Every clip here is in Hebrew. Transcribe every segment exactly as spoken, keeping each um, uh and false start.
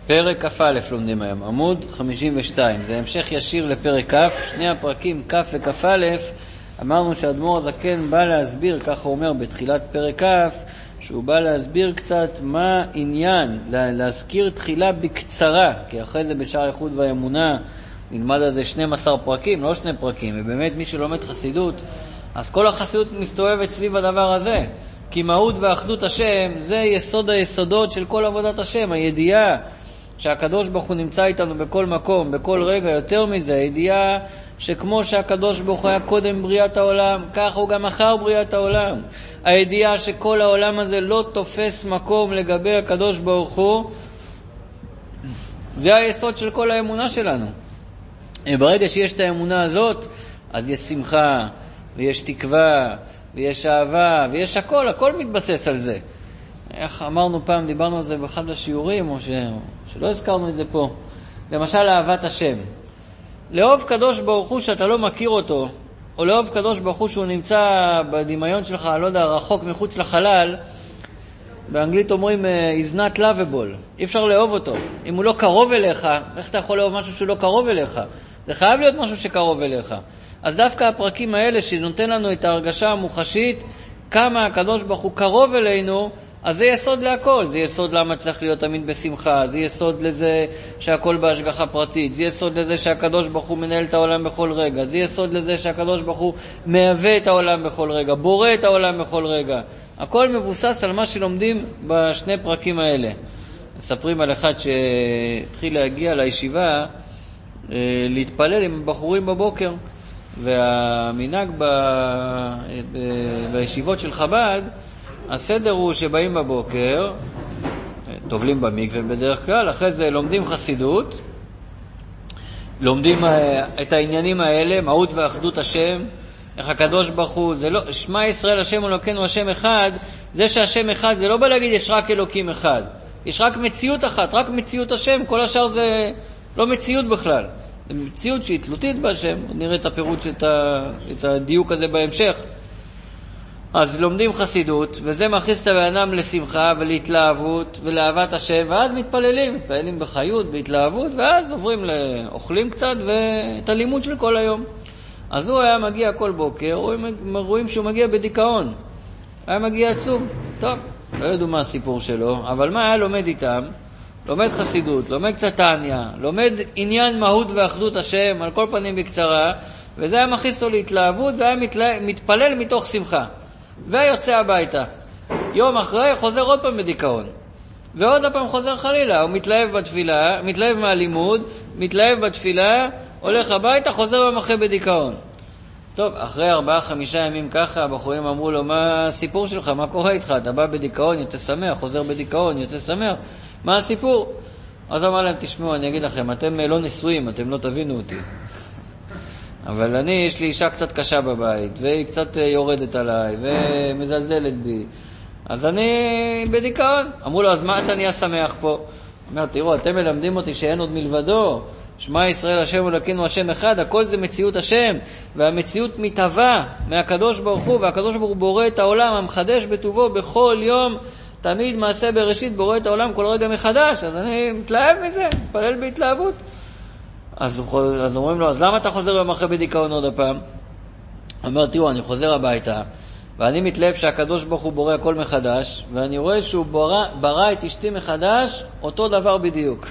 פרק כ"א לומדים היום, עמוד חמישים ושתיים. זה המשך ישיר לפרק כ', שני הפרקים כ' וכ"א. אמרנו שהאדמו"ר הזקן בא להסביר, ככה הוא אומר בתחילת פרק כ', שהוא בא להסביר קצת מה עניין, להזכיר תחילה בקצרה, כי אחרי זה בשער איחוד והאמונה נלמד על זה שנים עשר פרקים, לא שני פרקים, ובאמת מי שלומד חסידות, אז כל החסידות מסתובבת סביב הדבר הזה. כי מהות ואחדות השם זה יסוד היסודות של כל עבודת השם, הידיעה שהקדוש ברוך הוא נמצא איתנו בכל מקום, בכל רגע. יותר מזה, הידיעה שכמו שהקדוש ברוך הוא היה קודם בריאת העולם, כך הוא גם אחר בריאת העולם. הידיעה שכל העולם הזה לא תופס מקום לגבי הקדוש ברוך הוא, זה היסוד של כל האמונה שלנו. ברגע שיש את האמונה הזאת, אז יש שמחה ויש תקווה ויש אהבה ויש הכל, הכל מתבסס על זה. איך אמרנו פעם, דיברנו על זה באחד השיעורים, או ש... שלא הזכרנו את זה פה. למשל, אהבת השם. לאהוב קדוש ברוך הוא שאתה לא מכיר אותו, או לאהוב קדוש ברוך הוא שהוא נמצא בדמיון שלך, לא יודע, רחוק מחוץ לחלל, באנגלית אומרים, is not lovable. אי אפשר לאהוב אותו. אם הוא לא קרוב אליך, איך אתה יכול לאהוב משהו שהוא לא קרוב אליך? זה חייב להיות משהו שקרוב אליך. אז דווקא הפרקים האלה שנותן לנו את ההרגשה המוחשית, כמה הקדוש ברוך הוא קרוב אלינו, אז זה יסוד להכל. זה יסוד למה צריך להיות תמיד בשמחה, זה יסוד לזה שהכל בהשגחה פרטית, זה יסוד לזה שהקדוש ברוך הוא מנהל את העולם בכל רגע, זה יסוד לזה שהקדוש ברוך הוא מהווה את העולם בכל רגע, בורא את העולם בכל רגע. הכל מבוסס על מה שלומדים בשני פרקים האלה. מספרים על אחד שהתחיל להגיע לישיבה להתפלל עם בחורים בבוקר, והמנהג ב... ב... בישיבות של חב"ד, הסדר הוא שבאים בבוקר, טובלים במקווה בדרך כלל, אחרי זה לומדים חסידות, לומדים את העניינים האלה, מהות ואחדות השם, איך הקדוש ברוך הוא, זה לא, שמע ישראל השם אלוקינו השם אחד, זה שהשם אחד זה לא בא להגיד יש רק אלוקים אחד, יש רק מציאות אחת, רק מציאות השם, כל השאר זה לא מציאות בכלל, זה מציאות שהיא תלותית בהשם. נראה את הפירוט של את הדיוק הזה בהמשך. אז לומדים חסידות, וזה מכניס את האדם לשמחה ולהתלהבות ולאהבת השם, ואז מתפללים, מתפללים בחיות, בהתלהבות, ואז עוברים לאוכלים קצת ואת הלימוד של כל היום. אז הוא היה מגיע כל בוקר, רואים שהוא מגיע בדיכאון, היה מגיע עצוב. טוב, לא ידעו מה הסיפור שלו, אבל מה היה לומד איתם? לומד חסידות, לומד קצת תניא, לומד עניין מהות ואחדות השם, על כל פנים בקצרה, וזה היה מכניס אותו להתלהבות, והיה מתלה... מתפלל מתוך שמחה. ויוצא הביתה. יום אחרי חוזר עוד פעם בדיכאון. ועוד פעם חוזר חלילה. הוא מתלהב בתפילה, מתלהב מהלימוד, מתלהב בתפילה, הולך הביתה, חוזר יום אחרי בדיכאון. טוב, אחרי ארבעה, חמישה ימים ככה, הבחורים אמרו לו, מה הסיפור שלך? מה קורה איתך? אתה בא בדיכאון, יוצא שמח, חוזר בדיכאון, יוצא שמח. מה הסיפור? אז אמר להם, תשמעו, אני אגיד לכם, אתם לא נשואים, אתם לא תבינו אותי. אבל אני, יש לי אישה קצת קשה בבית, והיא קצת יורדת עליי, ומזלזלת בי. אז אני בדיכאון. אמרו לו, אז מה אתה נהיה שמח פה? אומר, תראו, אתם מלמדים אותי שאין עוד מלבדו. שמע ישראל השם אלוקינו השם אחד, הכל זה מציאות השם, והמציאות מתהווה מהקדוש ברוך הוא, והקדוש ברוך הוא בורא את העולם, המחדש בטובו בכל יום, תמיד מעשה בראשית בורא את העולם כל רגע מחדש. אז אני מתלהב מזה, מתפלל בהתלהבות. אז, אז אומרים לו, אז למה אתה חוזר יום אחרי בדיכאון עוד הפעם? אומר, תראו, אני חוזר הביתה, ואני מתלהב שהקדוש ברוך הוא בורא הכל מחדש, ואני רואה שהוא ברא, ברא את אשתי מחדש, אותו דבר בדיוק.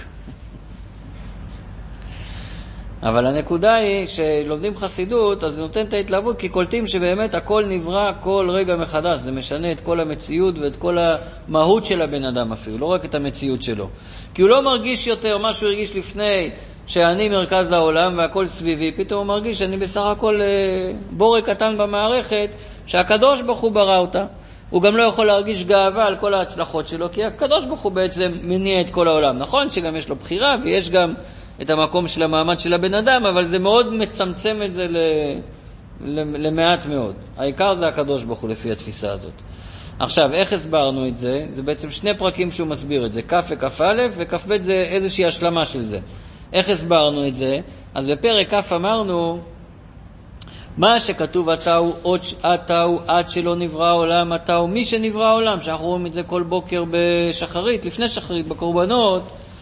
אבל הנקודה היא שלומדים חסידות, אז זה נותן את ההתלהבות, כי קולטים שבאמת הכל נברא כל רגע מחדש. זה משנה את כל המציאות ואת כל המהות של הבן אדם אפילו, לא רק את המציאות שלו. כי הוא לא מרגיש יותר מה שהוא הרגיש לפני, שאני מרכז העולם והכל סביבי. פתאום הוא מרגיש שאני בסך הכל בורא קטן במערכת, שהקדוש ברוך הוא ברא אותה. הוא גם לא יכול להרגיש גאווה על כל ההצלחות שלו, כי הקדוש ברוך הוא בעצם מניע את כל העולם. נכון שגם יש לו בחירה ויש גם את המקום של המעמד של הבן אדם, אבל זה מאוד מצמצם את זה ל... למעט מאוד. העיקר זה הקדוש ברוך הוא לפי התפיסה הזאת. עכשיו, איך הסברנו את זה? זה בעצם שני פרקים שהוא מסביר את זה, כ' וכ"א, וכ"ב זה איזושהי השלמה של זה. איך הסברנו את זה? אז בפרק כ' אמרנו, מה שכתוב אתה הוא, אתה הוא עד שלא נברא העולם, אתה הוא מי שנברא העולם, שאנחנו רואים את זה כל בוקר בשחרית, לפני שחרית, בקורבנות,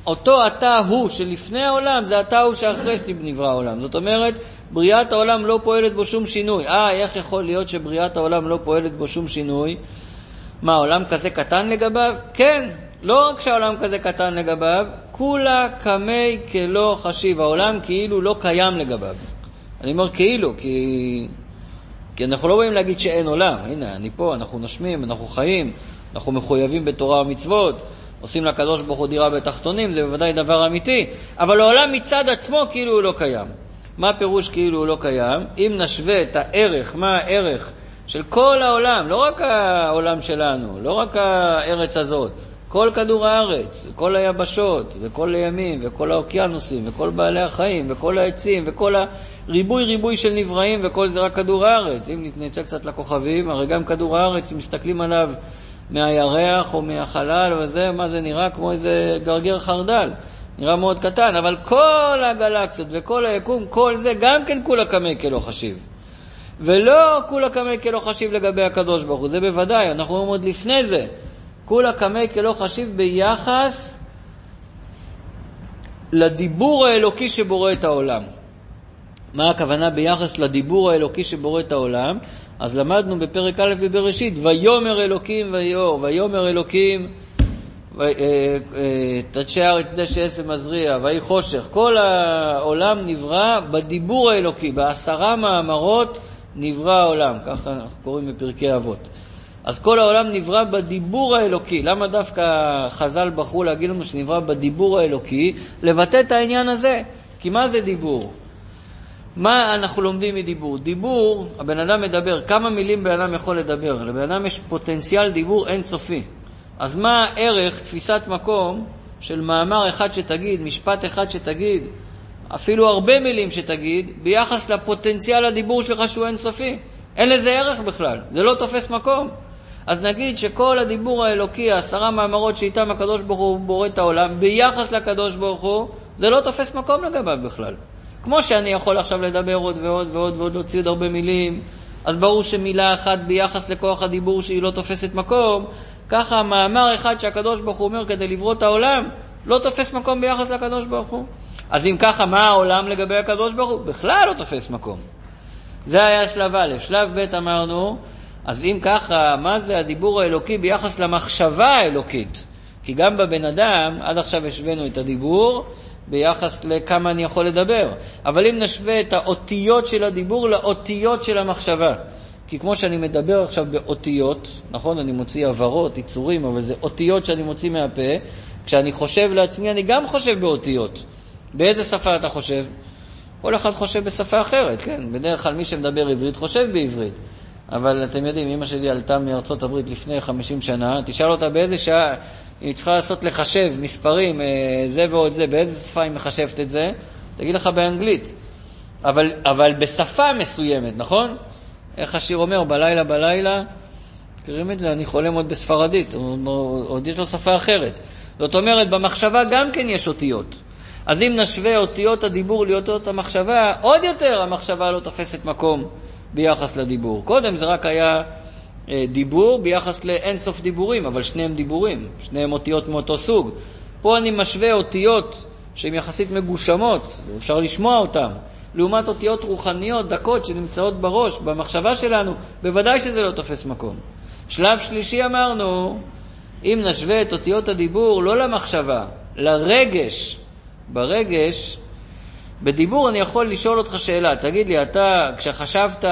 אותו אתה הוא שלפני העולם, זה אתה הוא שאחרי שנברא העולם. זאת אומרת, בריאת העולם לא פועלת בו שום שינוי. אה, איך יכול להיות שבריאת העולם לא פועלת בו שום שינוי? מה, העולם כזה קטן לגביו? כן, לא רק שהעולם כזה קטן לגביו, כולה כמי כלא חשיב. העולם כאילו לא קיים לגביו. אני אומר כאילו, כי... כי אנחנו לא באים להגיד שאין עולם. הנה, אני פה, אנחנו נשמים, אנחנו חיים, אנחנו מחויבים בתורה ומצוות, עושים לקדוש ברוך הוא דירה בתחתונים, זה בוודאי דבר אמיתי, אבל העולם מצד עצמו כאילו הוא לא קיים. מה הפירוש כאילו הוא לא קיים? אם נשווה את הערך, מה הערך של כל העולם, לא רק העולם שלנו, לא רק הארץ הזאת, כל כדור הארץ, כל היבשות, וכל הימים, וכל האוקיינוסים, וכל בעלי החיים, וכל העצים, וכל הריבוי ריבוי של נבראים, וכל זה רק כדור הארץ. אם נתנצא קצת לכוכבים, הרי גם כדור הארץ, אם מסתכלים עליו מהירח או מהחלל וזה, מה זה נראה? כמו איזה גרגר חרדל. נראה מאוד קטן, אבל כל הגלקסיות וכל היקום, כל זה גם כן כולה כמי כלא חשיב. ולא כולה כמי כלא חשיב לגבי הקדוש ברוך הוא, זה בוודאי, אנחנו אומרים עוד לפני זה. כולה כמי כלא חשיב ביחס לדיבור האלוקי שבורא את העולם. מה הכוונה ביחס לדיבור האלוקי שבורא את העולם? אז למדנו בפרק א' בבראשית, ויומר אלוקים ויאור, ויומר אלוקים תדשי הארץ דשא עשב מזריע, ויהי חושך. כל העולם נברא בדיבור האלוקי, בעשרה מאמרות נברא העולם, ככה אנחנו קוראים בפרקי אבות. אז כל העולם נברא בדיבור האלוקי. למה דווקא חז"ל בחרו להגיד לנו שנברא בדיבור האלוקי? לבטא את העניין הזה. כי מה זה דיבור? מה אנחנו לומדים מדיבור? דיבור, הבן אדם מדבר, כמה מילים בן אדם יכול לדבר? לבן אדם יש פוטנציאל דיבור אינסופי. אז מה הערך, תפיסת מקום של מאמר אחד שתגיד, משפט אחד שתגיד, אפילו הרבה מילים שתגיד, ביחס לפוטנציאל הדיבור שלך שהוא אינסופי? אין לזה ערך בכלל, זה לא תופס מקום. אז נגיד שכל הדיבור האלוקי, העשרה מאמרות שאיתם הקדוש ברוך הוא בורא את העולם, ביחס לקדוש ברוך הוא, זה לא תופס מקום לגביו בכלל. כמו שאני יכול עכשיו לדבר עוד ועוד ועוד ועוד להוציא עוד הרבה מילים, אז ברור שמילה אחת ביחס לכוח הדיבור שהיא לא תופסת מקום, ככה המאמר אחד שהקדוש ברוך הוא אומר כדי לברוא את העולם, לא תופס מקום ביחס לקדוש ברוך הוא. אז אם ככה, מה העולם לגבי הקדוש ברוך הוא? בכלל לא תופס מקום. זה היה שלב א'. שלב ב' אמרנו, אז אם ככה, מה זה הדיבור האלוקי ביחס למחשבה האלוקית? כי גם בבן אדם, עד עכשיו השווינו את הדיבור ביחס לכמה אני יכול לדבר. אבל אם נשווה את האותיות של הדיבור לאותיות של המחשבה, כי כמו שאני מדבר עכשיו באותיות, נכון, אני מוציא עברות, יצורים, אבל זה אותיות שאני מוציא מהפה, כשאני חושב לעצמי, אני גם חושב באותיות. באיזה שפה אתה חושב? כל אחד חושב בשפה אחרת, כן? בדרך כלל מי שמדבר עברית חושב בעברית. אבל אתם יודעים, אמא שלי עלתה מארצות הברית לפני חמישים שנה, תשאל אותה באיזה שעה היא צריכה לעשות לחשב מספרים, זה ועוד זה, באיזה שפה היא מחשבת את זה, תגיד לך באנגלית. אבל, אבל בשפה מסוימת, נכון? איך השיר אומר, בלילה בלילה, קוראים את זה, אני חולם עוד בספרדית, עוד יש לו שפה אחרת. זאת אומרת, במחשבה גם כן יש אותיות. אז אם נשווה אותיות הדיבור לאותיות המחשבה, עוד יותר המחשבה לא תופסת מקום ביחס לדיבור. קודם זה רק היה אה, דיבור ביחס לאינסוף דיבורים, אבל שניהם דיבורים, שניהם אותיות מאותו סוג. פה אני משווה אותיות שהן יחסית מגושמות, אפשר לשמוע אותן, לעומת אותיות רוחניות, דקות שנמצאות בראש, במחשבה שלנו, בוודאי שזה לא תופס מקום. שלב שלישי אמרנו, אם נשווה את אותיות הדיבור לא למחשבה, לרגש, ברגש, בדיבור אני יכול לשאול אותך שאלה, תגיד לי, אתה כשחשבת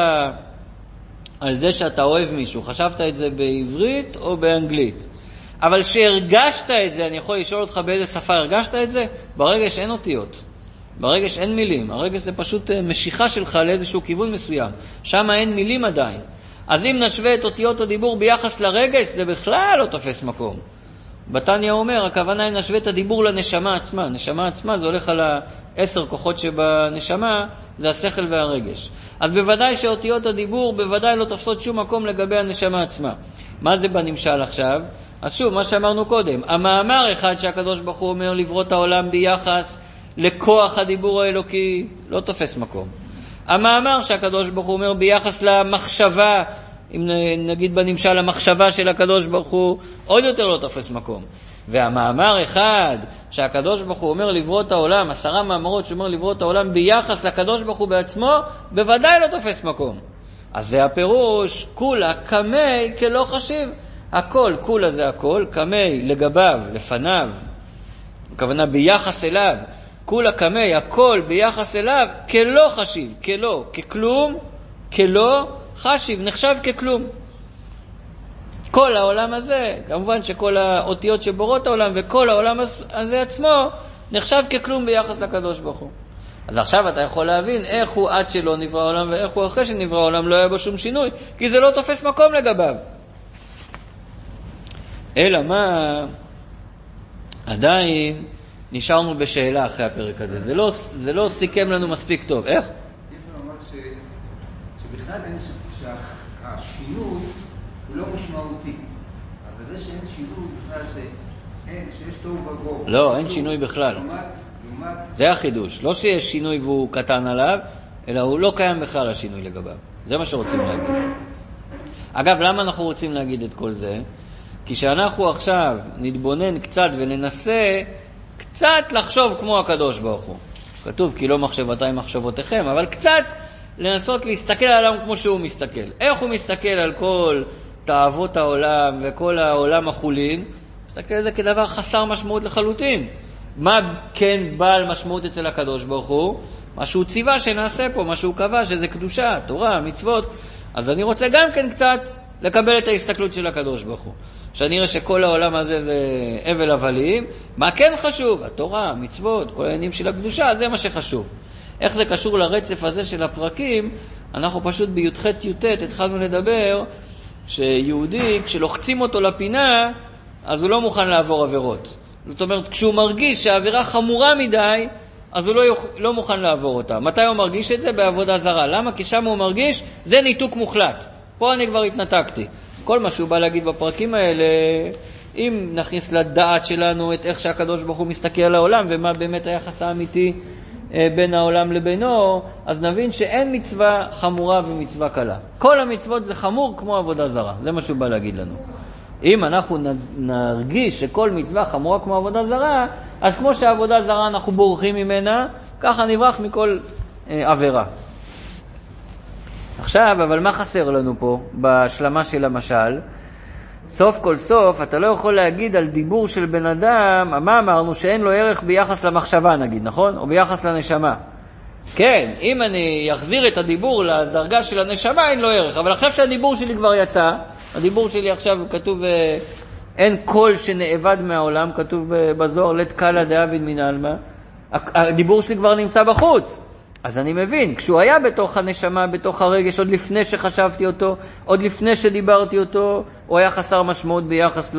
על זה שאתה אוהב מישהו, חשבת את זה בעברית או באנגלית? אבל שהרגשת את זה, אני יכול לשאול אותך באיזה שפה הרגשת את זה? ברגש אין אותיות, ברגש אין מילים, הרגש זה פשוט משיכה שלך לאיזשהו כיוון מסוים, שם אין מילים עדיין. אז אם נשווה את אותיות הדיבור ביחס לרגש, זה בכלל לא תופס מקום. בתניא אומר, הכוונה היא נשווה את הדיבור לנשמה עצמה. נשמה עצמה זה הולך על העשר כוחות שבנשמה, זה השכל והרגש. אז בוודאי שאותיות הדיבור בוודאי לא תופסות שום מקום לגבי הנשמה עצמה. מה זה בנמשל עכשיו? אז שוב, מה שאמרנו קודם, המאמר אחד שהקדוש ברוך הוא אומר לברוא את העולם ביחס לכוח הדיבור האלוקי, לא תופס מקום. המאמר שהקדוש ברוך הוא אומר ביחס למחשבה אם נגיד בנמשל המחשבה של הקדוש ברוך הוא, עוד יותר לא תופס מקום. והמאמר אחד שהקדוש ברוך הוא אומר לברוא את העולם, עשרה מאמרות שאומר לברוא את העולם ביחס לקדוש ברוך הוא בעצמו, בוודאי לא תופס מקום. אז זה הפירוש, כולה כמי כלא חשיב. הכל, כולה זה הכל, כמי לגביו, לפניו, הכוונה ביחס אליו, כולה כמי, הכל ביחס אליו, כלא חשיב, כלא, ככלום, כלא חשיב, נחשב ככלום. כל העולם הזה, כמובן שכל האותיות שבורות העולם וכל העולם הזה עצמו נחשב ככלום ביחס לקדוש ברוך הוא. אז עכשיו אתה יכול להבין איך הוא עד שלא נברא העולם ואיך הוא אחרי שנברא העולם לא היה בו שום שינוי, כי זה לא תופס מקום לגביו. אלא מה, עדיין נשארנו בשאלה אחרי הפרק הזה. זה לא, זה לא סיכם לנו מספיק טוב. איך? יש לומר ש... שבכלל אין שהשינוי הוא לא משמעותי. אבל זה שאין שינוי בכלל שאין, שיש טוב וגור. לא, אין שינוי בכלל. לעומת, לעומת... זה החידוש. לא שיש שינוי והוא קטן עליו, אלא הוא לא קיים בכלל השינוי לגביו. זה מה שרוצים להגיד. אגב, למה אנחנו רוצים להגיד את כל זה? כי שאנחנו עכשיו נתבונן קצת וננסה קצת לחשוב כמו הקדוש ברוך הוא. כתוב כי לא מחשבותיי מחשבותיכם, אבל קצת לנסות להסתכל על העולם כמו שהוא מסתכל. איך הוא מסתכל על כל תאוות העולם וכל העולם החולין? מסתכל על זה כדבר חסר משמעות לחלוטין. מה כן בעל משמעות אצל הקדוש ברוך הוא? מה שהוא ציווה שנעשה פה, מה שהוא קבע שזה קדושה, תורה, מצוות. אז אני רוצה גם כן קצת לקבל את ההסתכלות של הקדוש ברוך הוא. שאני רואה שכל העולם הזה זה אבל הבלים. מה כן חשוב? התורה, מצוות, כל העניינים של הקדושה, זה מה שחשוב. איך זה קשור לרצף הזה של הפרקים? אנחנו פשוט בי"ח י"ט התחלנו לדבר שיהודי, כשלוחצים אותו לפינה, אז הוא לא מוכן לעבור עבירות. זאת אומרת, כשהוא מרגיש שהעבירה חמורה מדי, אז הוא לא, יוכ... לא מוכן לעבור אותה. מתי הוא מרגיש את זה? בעבודה זרה. למה? כי שם הוא מרגיש, זה ניתוק מוחלט. פה אני כבר התנתקתי. כל מה שהוא בא להגיד בפרקים האלה, אם נכניס לדעת שלנו את איך שהקדוש ברוך הוא מסתכל על העולם, ומה באמת היחס האמיתי בין העולם לבינו, אז נבין שאין מצווה חמורה ומצווה קלה. כל המצוות זה חמור כמו עבודה זרה. זה מה שהוא בא להגיד לנו. אם אנחנו נרגיש שכל מצווה חמורה כמו עבודה זרה, אז כמו שעבודה זרה אנחנו בורחים ממנה, ככה נברח מכל אה, עבירה. עכשיו, אבל מה חסר לנו פה בהשלמה של המשל? סוף כל סוף, אתה לא יכול להגיד על דיבור של בן אדם, מה אמרנו? שאין לו ערך ביחס למחשבה נגיד, נכון? או ביחס לנשמה. כן, אם אני אחזיר את הדיבור לדרגה של הנשמה, אין לו ערך. אבל עכשיו שהדיבור שלי כבר יצא, הדיבור שלי עכשיו כתוב, אין קול שנאבד מהעולם, כתוב בזוהר, לת קלה דאבין מן העלמא. הדיבור שלי כבר נמצא בחוץ. אז אני מבין, כשהוא היה בתוך הנשמה, בתוך הרגש, עוד לפני שחשבתי אותו, עוד לפני שדיברתי אותו, הוא היה חסר משמעות ביחס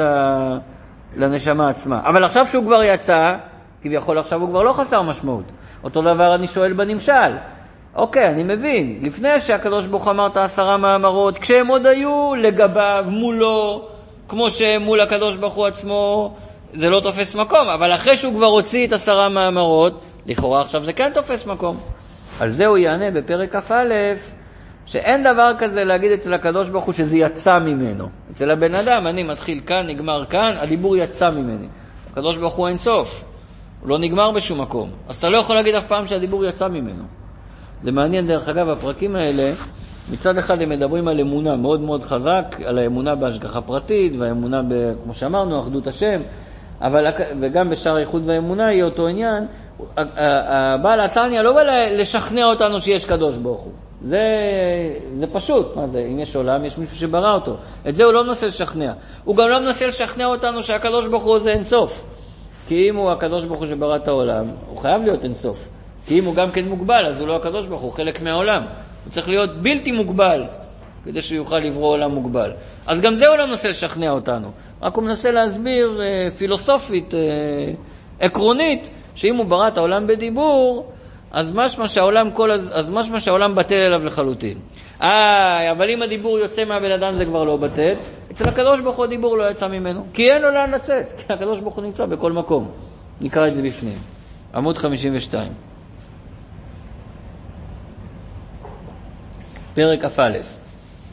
לנשמה עצמה. אבל עכשיו שהוא כבר יצא, כביכול עכשיו הוא כבר לא חסר משמעות. אותו דבר אני שואל בנמשל. אוקיי, אני מבין. לפני שהקדוש ברוך אמר את העשרה מאמרות, כשהם עוד היו לגביו, מולו, כמו שהם מול הקדוש ברוך הוא עצמו, זה לא תופס מקום. אבל אחרי שהוא כבר הוציא את עשרה מאמרות, לכאורה עכשיו זה כן תופס מקום. על זה הוא יענה בפרק כ"א, שאין דבר כזה להגיד אצל הקדוש ברוך הוא שזה יצא ממנו. אצל הבן אדם, אני מתחיל כאן, נגמר כאן, הדיבור יצא ממני. הקדוש ברוך הוא אין סוף. הוא לא נגמר בשום מקום. אז אתה לא יכול להגיד אף פעם שהדיבור יצא ממנו. זה מעניין, דרך אגב, הפרקים האלה, מצד אחד הם מדברים על אמונה מאוד מאוד חזק, על האמונה בהשגחה פרטית, והאמונה, ב, כמו שאמרנו, אחדות השם, אבל, וגם בשאר האיחוד והאמונה יהיה אותו עניין. הבעל התניא לא בא לשכנע אותנו שיש קדוש ברוך הוא. זה, זה פשוט. מה זה? אם יש עולם, יש מישהו שברא אותו. את זה הוא לא מנסה לשכנע. הוא גם לא מנסה לשכנע אותנו שהקדוש ברוך הוא זה אין סוף. כי אם הוא הקדוש ברוך הוא שברא את העולם, הוא חייב להיות אין סוף. כי אם הוא גם כן מוגבל, אז הוא לא הקדוש ברוך הוא, חלק מהעולם. הוא צריך להיות בלתי מוגבל, כדי שהוא יוכל לברוא עולם מוגבל. אז גם זה הוא לא מנסה לשכנע אותנו. רק הוא מנסה להסביר אה, פילוסופית, אה, עקרונית, שאם הוא ברא את העולם בדיבור, אז משמע שהעולם כל אז, אז משמע שהעולם בטל אליו לחלוטין. אה, אבל אם הדיבור יוצא מהבן אדם זה כבר לא בטל. אצל הקדוש ברוך הוא הדיבור לא יצא ממנו, כי אין לו לאן לצאת, כי הקדוש ברוך הוא נמצא בכל מקום. נקרא את זה בפנים. עמוד חמישים ושתיים. פרק כ"א.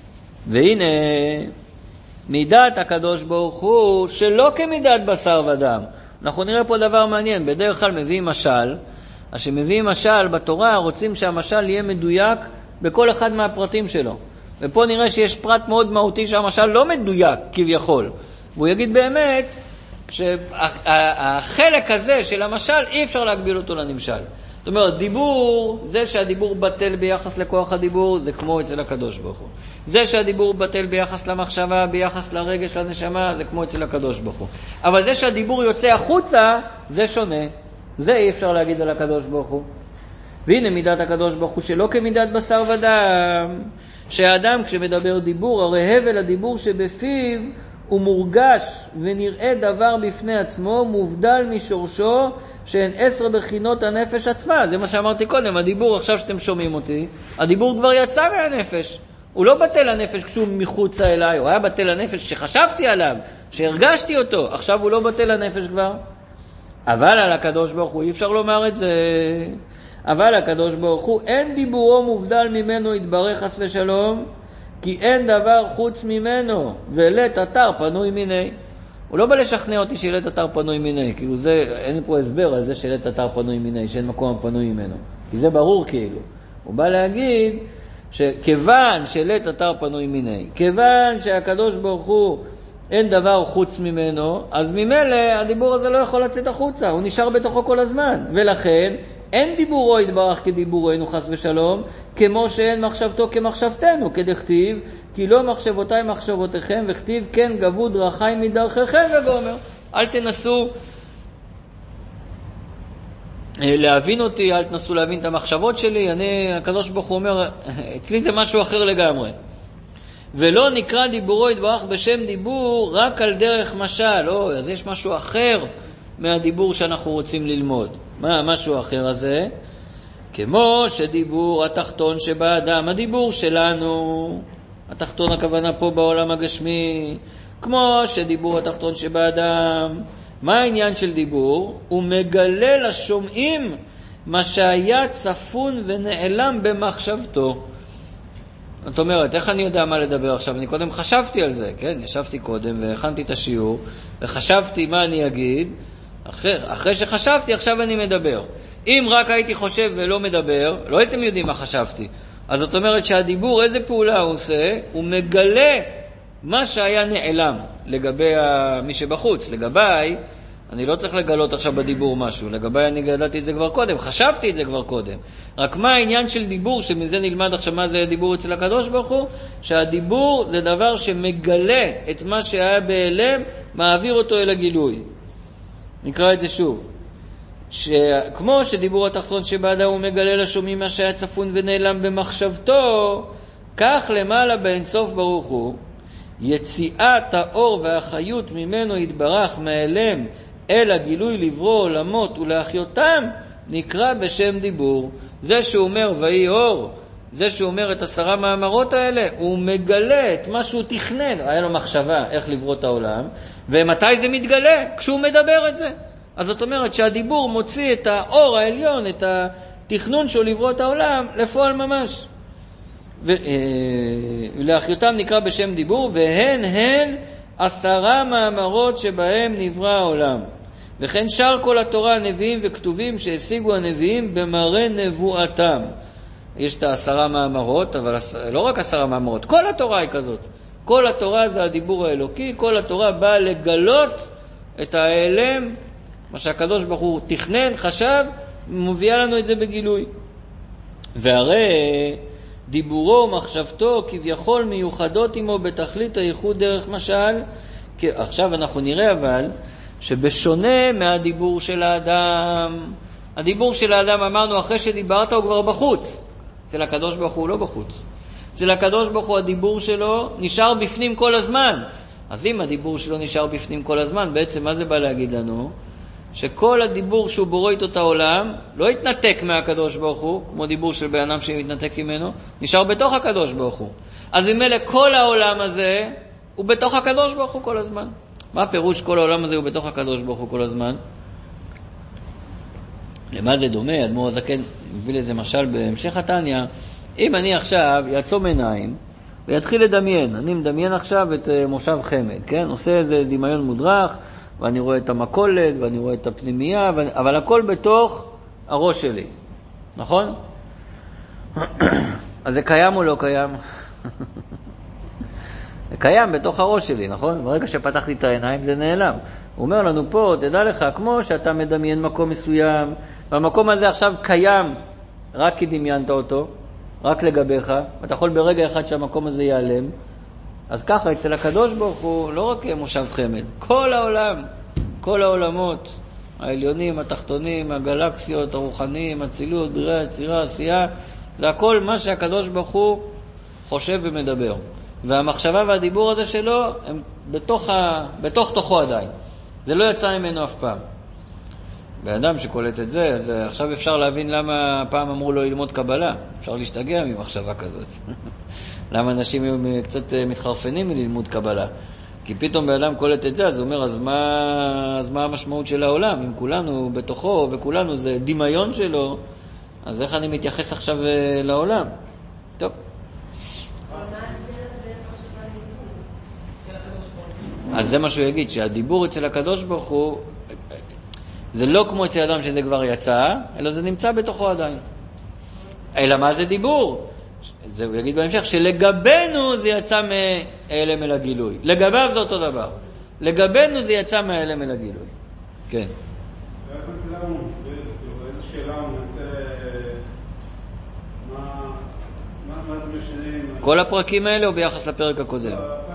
והנה, מידת הקדוש ברוך הוא שלא כמידת בשר ודם. אנחנו נראה פה דבר מעניין, בדרך כלל מביאים משל, אז שמביאים משל בתורה רוצים שהמשל יהיה מדויק בכל אחד מהפרטים שלו. ופה נראה שיש פרט מאוד מהותי שהמשל לא מדויק כביכול. והוא יגיד באמת שהחלק הזה של המשל אי אפשר להגביל אותו לנמשל. זאת אומרת, דיבור, זה שהדיבור בטל ביחס לכוח הדיבור, זה כמו אצל הקדוש ברוך הוא. זה שהדיבור בטל ביחס למחשבה, ביחס לרגש, לנשמה, זה כמו אצל הקדוש ברוך הוא. אבל זה שהדיבור יוצא החוצה, זה שונה. זה אי אפשר להגיד על הקדוש ברוך הוא. והנה מידת הקדוש ברוך הוא שלא כמידת בשר ודם, שהאדם כשמדבר דיבור, הרי הבל הדיבור שבפיו הוא מורגש ונראה דבר בפני עצמו, מובדל משורשו, שהן עשר בחינות הנפש עצמה. זה מה שאמרתי קודם, הדיבור עכשיו שאתם שומעים אותי, הדיבור כבר יצא מהנפש. הוא לא בטל הנפש כשהוא מחוץ אליי, הוא היה בטל הנפש שחשבתי עליו, שהרגשתי אותו, עכשיו הוא לא בטל הנפש כבר. אבל על הקדוש ברוך הוא אי אפשר לומר את זה. אבל הקדוש ברוך הוא אין דיבורו מובדל ממנו יתברך חס ושלום, כי אין דבר חוץ ממנו, ולית אתר פנוי מיני. הוא לא בא לשכנע אותי שלית אתר פנוי מיני, כאילו זה, אין פה הסבר על זה שלית אתר פנוי מיני, שאין מקום פנוי ממנו, כי זה ברור כאילו. הוא בא להגיד שכיוון שלית אתר פנוי מיני, כיוון שהקדוש ברוך הוא אין דבר חוץ ממנו, אז ממילא הדיבור הזה לא יכול לצאת החוצה, הוא נשאר בתוכו כל הזמן, ולכן אין דיבורו יתברך כדיבורנו חס ושלום, כמו שאין מחשבתו כמחשבתנו, כדכתיב, כי לא מחשבותיי מחשבותיכם, וכתיב כן גבו דרכי מדרכיכם, וגומר. אל תנסו להבין אותי, אל תנסו להבין את המחשבות שלי, אני, הקדוש ברוך הוא אומר, אצלי זה משהו אחר לגמרי. ולא נקרא דיבורו יתברך בשם דיבור רק על דרך משל, לא, אז יש משהו אחר מהדיבור שאנחנו רוצים ללמוד. מה המשהו אחר הזה? כמו שדיבור התחתון שבאדם, הדיבור שלנו, התחתון הכוונה פה בעולם הגשמי, כמו שדיבור התחתון שבאדם, מה העניין של דיבור? הוא מגלה לשומעים מה שהיה צפון ונעלם במחשבתו. זאת אומרת, איך אני יודע מה לדבר עכשיו? אני קודם חשבתי על זה, כן? ישבתי קודם והכנתי את השיעור, וחשבתי מה אני אגיד, אחרי, אחרי שחשבתי, עכשיו אני מדבר. אם רק הייתי חושב ולא מדבר, לא הייתם יודעים מה חשבתי. אז זאת אומרת שהדיבור, איזה פעולה הוא עושה? הוא מגלה מה שהיה נעלם לגבי מי שבחוץ. לגביי, אני לא צריך לגלות עכשיו בדיבור משהו. לגביי אני גדלתי את זה כבר קודם, חשבתי את זה כבר קודם. רק מה העניין של דיבור, שמזה נלמד עכשיו מה זה דיבור אצל הקדוש ברוך הוא? שהדיבור זה דבר שמגלה את מה שהיה בהיעלם, מעביר אותו אל הגילוי. נקרא את זה שוב. כמו שדיבור התחתון שבאדם הוא מגלה לשומעים מה שהיה צפון ונעלם במחשבתו, כך למעלה באינסוף ברוך הוא, יציאת האור והחיות ממנו יתברך מהאלם אל הגילוי לברוא עולמות ולהחיותם, נקרא בשם דיבור. זה שהוא אומר ויהי אור, זה שהוא אומר את עשרה מאמרות האלה, הוא מגלה את מה שהוא תכנן. היה לו מחשבה איך לברוא את העולם, ומתי זה מתגלה? כשהוא מדבר את זה. אז זאת אומרת שהדיבור מוציא את האור העליון, את התכנון שלו לברוא את העולם, לפועל ממש. ולהחיותם נקרא בשם דיבור, והן הן עשרה מאמרות שבהם נברא העולם. וכן שאר כל התורה הנביאים וכתובים שהשיגו הנביאים במראה נבואתם. יש את העשרה מאמרות, אבל לא רק עשרה מאמרות, כל התורה היא כזאת. כל התורה זה הדיבור האלוקי, כל התורה באה לגלות את ההיעלם, מה שהקדוש ברוך הוא תכנן, חשב, מביאה לנו את זה בגילוי. והרי דיבורו ומחשבתו כביכול מיוחדות עמו בתכלית הייחוד דרך משל. עכשיו אנחנו נראה אבל שבשונה מהדיבור של האדם, הדיבור של האדם אמרנו אחרי שדיברת הוא כבר בחוץ. אצל הקדוש ברוך הוא לא בחוץ. אצל הקדוש ברוך הוא הדיבור שלו נשאר בפנים כל הזמן. אז אם הדיבור שלו נשאר בפנים כל הזמן, בעצם מה זה בא להגיד לנו? שכל הדיבור שהוא בורא איתו את העולם לא יתנתק מהקדוש ברוך הוא, כמו דיבור של בן אדם שמתנתק ממנו, נשאר בתוך הקדוש ברוך הוא. אז ממילא כל העולם הזה הוא בתוך הקדוש ברוך הוא כל הזמן. מה הפירוש כל העולם הזה הוא בתוך הקדוש ברוך הוא כל הזמן? למה זה דומה? אדמו"ר הזקן מביא לזה משל בהמשך התניא. אם אני עכשיו יעצום עיניים ויתחיל לדמיין. אני מדמיין עכשיו את מושב חמד, כן? עושה איזה דמיון מודרך, ואני רואה את המקולת, ואני רואה את הפנימייה, ואני... אבל הכל בתוך הראש שלי, נכון? אז זה קיים או לא קיים? זה קיים בתוך הראש שלי, נכון? ברגע שפתחתי את העיניים זה נעלם. הוא אומר לנו פה, תדע לך, כמו שאתה מדמיין מקום מסוים, והמקום הזה עכשיו קיים רק כי דמיינת אותו, רק לגביך, ואתה יכול ברגע אחד שהמקום הזה ייעלם, אז ככה אצל הקדוש ברוך הוא לא רק מושב חמד, כל העולם, כל העולמות, העליונים, התחתונים, הגלקסיות, הרוחניים, הצילות, בריאה, יצירה, עשייה, זה הכל מה שהקדוש ברוך הוא חושב ומדבר. והמחשבה והדיבור הזה שלו הם בתוך, ה... בתוך תוכו עדיין. זה לא יצא ממנו אף פעם. באדם שקולט את זה, אז עכשיו אפשר להבין למה פעם אמרו לו ללמוד קבלה. אפשר להשתגע ממחשבה כזאת. למה אנשים קצת מתחרפנים מללמוד קבלה. כי פתאום באדם קולט את זה, אז הוא אומר, אז מה, אז מה המשמעות של העולם? אם כולנו בתוכו וכולנו זה דמיון שלו, אז איך אני מתייחס עכשיו לעולם? טוב. אז זה מה שהוא יגיד, שהדיבור אצל הקדוש ברוך הוא, זה לא כמו אצל אדם שזה כבר יצא, אלא זה נמצא בתוכו עדיין. אלא מה זה דיבור? זה הוא יגיד בהמשך, שלגבינו זה יצא מהאלם אל הגילוי. לגביו זה אותו דבר. לגבינו זה יצא מהאלם אל הגילוי. כן. איזה שאלה הוא מנסה, מה זה משנה? כל הפרקים האלה או ביחס לפרק הקודם?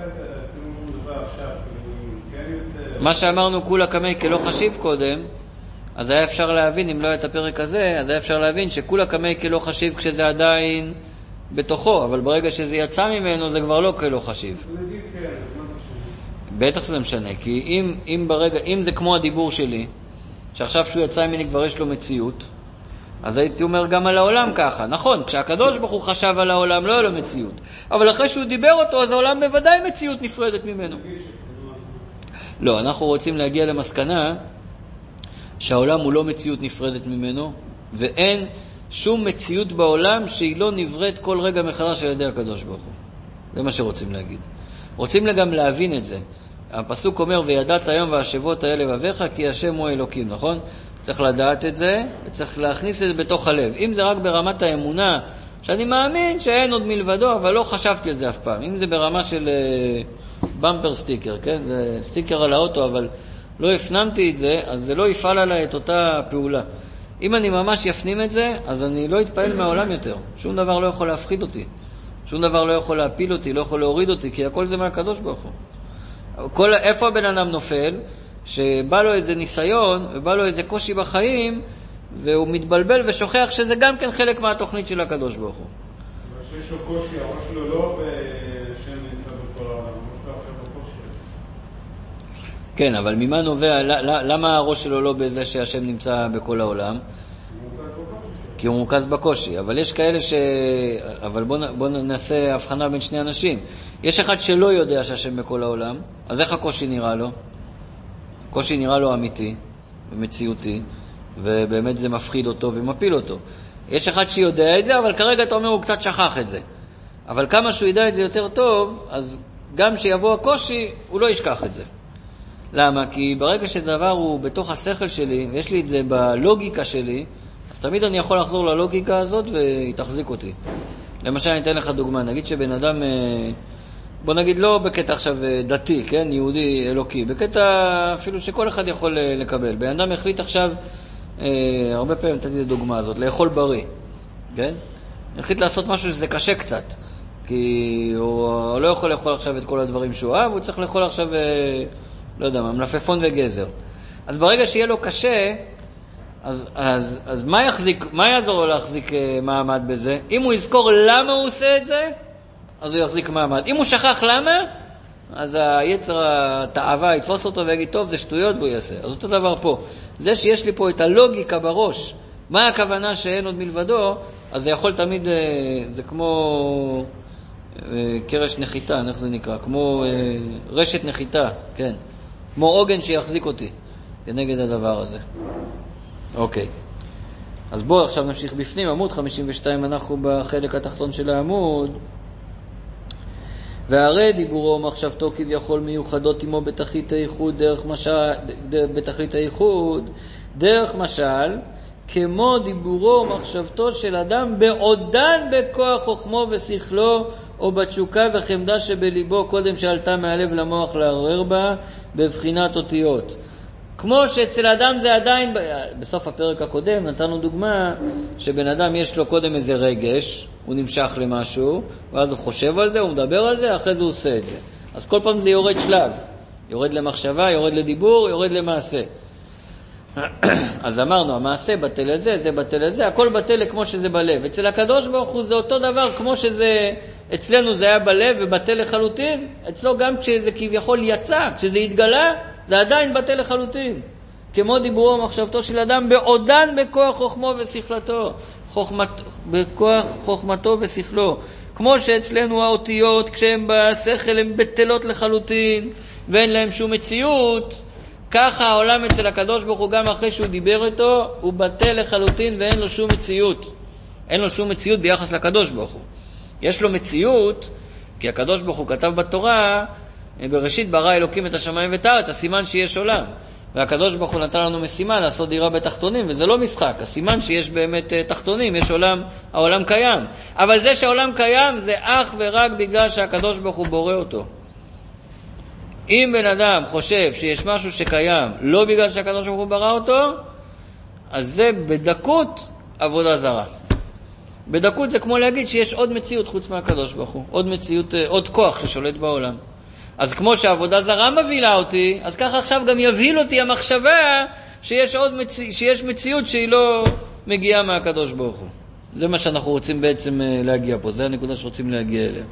מה שאמרנו כולה קמי כלא חשיב קודם, אז היה אפשר להבין, אם לא היה את הפרק הזה, אז היה אפשר להבין שכולה קמי כלא חשיב כשזה עדיין בתוכו, אבל ברגע שזה יצא ממנו זה כבר לא כלא חשיב. בטח זה משנה, כי אם, אם, ברגע, אם זה כמו הדיבור שלי, שעכשיו שהוא יצא ממני כבר יש לו מציאות, אז הייתי אומר גם על העולם ככה. נכון, כשהקדוש ברוך הוא חשב על העולם לא היה לו מציאות, אבל אחרי שהוא דיבר אותו, אז העולם בוודאי מציאות נפרדת ממנו. לא, אנחנו רוצים להגיע למסקנה שהעולם הוא לא מציאות נפרדת ממנו, ואין שום מציאות בעולם שהיא לא נבראת כל רגע מחדש על ידי הקדוש ברוך הוא. זה מה שרוצים להגיד. רוצים גם להבין את זה. הפסוק אומר, וידעת היום והשבות האלה לבביך, כי השם הוא אלוקים, נכון? צריך לדעת את זה, וצריך להכניס את זה בתוך הלב. אם זה רק ברמת האמונה, שאני מאמין שאין עוד מלבדו, אבל לא חשבתי על זה אף פעם. אם זה ברמה של במפר סטיקר, כן? זה סטיקר על האוטו, אבל לא הפנמתי את זה, אז זה לא יפעל עליי את אותה פעולה. אם אני ממש יפנים את זה, אז אני לא אתפעל מהעולם יותר. שום דבר לא יכול להפחיד אותי. שום דבר לא יכול להפיל אותי, לא יכול להוריד אותי, כי הכל זה מהקדוש ברוך הוא. כל, איפה הבן אדם נופל? שבא לו איזה ניסיון, ובא לו איזה קושי בחיים, והוא מתבלבל ושוכח שזה גם כן חלק מהתוכנית של הקדוש ברוך הוא. אבל שיש לו קושי, הראש שלו לא בשם נמצא בכל העולם, הראש שלו עכשיו בקושי. כן, אבל ממה נובע, למה הראש שלו לא בזה שהשם נמצא בכל העולם? כי הוא מורכז בקושי, אבל יש כאלה ש... אבל בוא, בוא נעשה הבחנה בין שני אנשים. יש אחד שלא יודע שהשם בכל העולם, אז איך הקושי נראה לו? הקושי נראה לו אמיתי ומציאותי, ובאמת זה מפחיד אותו ומפיל אותו. יש אחד שיודע את זה, אבל כרגע אתה אומר הוא קצת שכח את זה. אבל כמה שהוא ידע את זה יותר טוב, אז גם שיבוא הקושי, הוא לא ישכח את זה. למה? כי ברגע שדבר הוא בתוך השכל שלי, ויש לי את זה בלוגיקה שלי, אז תמיד אני יכול לחזור ללוגיקה הזאת והיא אותי. למשל, אני אתן לך דוגמה. נגיד שבן אדם, בוא נגיד לא בקטע עכשיו דתי, כן? יהודי אלוקי. בקטע אפילו שכל אחד יכול לקבל. בן אדם החליט עכשיו, הרבה פעמים נתתי את הדוגמה הזאת, לאכול בריא. כן? החליט לעשות משהו שזה קשה קצת. כי הוא לא יכול לאכול עכשיו את כל הדברים שהוא אוהב, הוא צריך לאכול עכשיו, לא יודע מה, מלפפון וגזר. אז ברגע שיהיה לו קשה, אז, אז, אז מה יחזיק, מה יעזור לו להחזיק uh, מעמד בזה? אם הוא יזכור למה הוא עושה את זה, אז הוא יחזיק מעמד. אם הוא שכח למה, אז היצר התאווה יתפוס אותו ויגיד, טוב, זה שטויות והוא יעשה. אז אותו דבר פה. זה שיש לי פה את הלוגיקה בראש, מה הכוונה שאין עוד מלבדו, אז זה יכול תמיד, uh, זה כמו uh, קרש נחיתה, איך זה נקרא? כמו uh, רשת נחיתה, כן. כמו עוגן שיחזיק אותי כנגד הדבר הזה. אוקיי. אז בואו עכשיו נמשיך בפנים, עמוד חמישים ושתיים, אנחנו בחלק התחתון של העמוד. והרי דיבורו ומחשבתו כביכול מיוחדות עמו בתכלית הייחוד, דרך משל, בתכלית הייחוד, דרך משל, כמו דיבורו ומחשבתו של אדם בעודן בכוח חוכמו ושכלו, או בתשוקה וחמדה שבליבו קודם שעלתה מהלב למוח לערער בה, בבחינת אותיות. כמו שאצל אדם זה עדיין, בסוף הפרק הקודם נתנו דוגמה שבן אדם יש לו קודם איזה רגש, הוא נמשך למשהו, ואז הוא חושב על זה, הוא מדבר על זה, אחרי זה הוא עושה את זה. אז כל פעם זה יורד שלב, יורד למחשבה, יורד לדיבור, יורד למעשה. אז אמרנו, המעשה בטל לזה, זה בטל לזה, הכל בטל כמו שזה בלב. אצל הקדוש ברוך הוא זה אותו דבר, כמו שזה, אצלנו זה היה בלב ובטל לחלוטין, אצלו גם כשזה כביכול יצא, כשזה התגלה, זה עדיין בטל לחלוטין. כמו דיבורו ומחשבתו של אדם בעודן בכוח חוכמו ושכלתו, חוכמת, בכוח חוכמתו ושכלו. כמו שאצלנו האותיות, כשהן בשכל, הן בטלות לחלוטין, ואין להם שום מציאות, ככה העולם אצל הקדוש ברוך הוא גם אחרי שהוא דיבר איתו, הוא בטל לחלוטין ואין לו שום מציאות. אין לו שום מציאות ביחס לקדוש ברוך הוא. יש לו מציאות, כי הקדוש ברוך הוא כתב בתורה, בראשית ברא אלוקים את השמיים ואת הארץ, הסימן שיש עולם. והקדוש ברוך הוא נתן לנו משימה לעשות דירה בתחתונים, וזה לא משחק. הסימן שיש באמת תחתונים, יש עולם, העולם קיים. אבל זה שהעולם קיים זה אך ורק בגלל שהקדוש ברוך הוא בורא אותו. אם בן אדם חושב שיש משהו שקיים לא בגלל שהקדוש ברוך הוא ברא אותו, אז זה בדקות עבודה זרה. בדקות זה כמו להגיד שיש עוד מציאות חוץ מהקדוש ברוך הוא, עוד מציאות, עוד כוח ששולט בעולם. אז כמו שעבודה זרה מבילה אותי, אז ככה עכשיו גם יבהיל אותי המחשבה שיש עוד מציא, שיש מציאות שהיא לא מגיעה מהקדוש ברוך הוא. זה מה שאנחנו רוצים בעצם להגיע פה, זה הנקודה שרוצים להגיע אליה.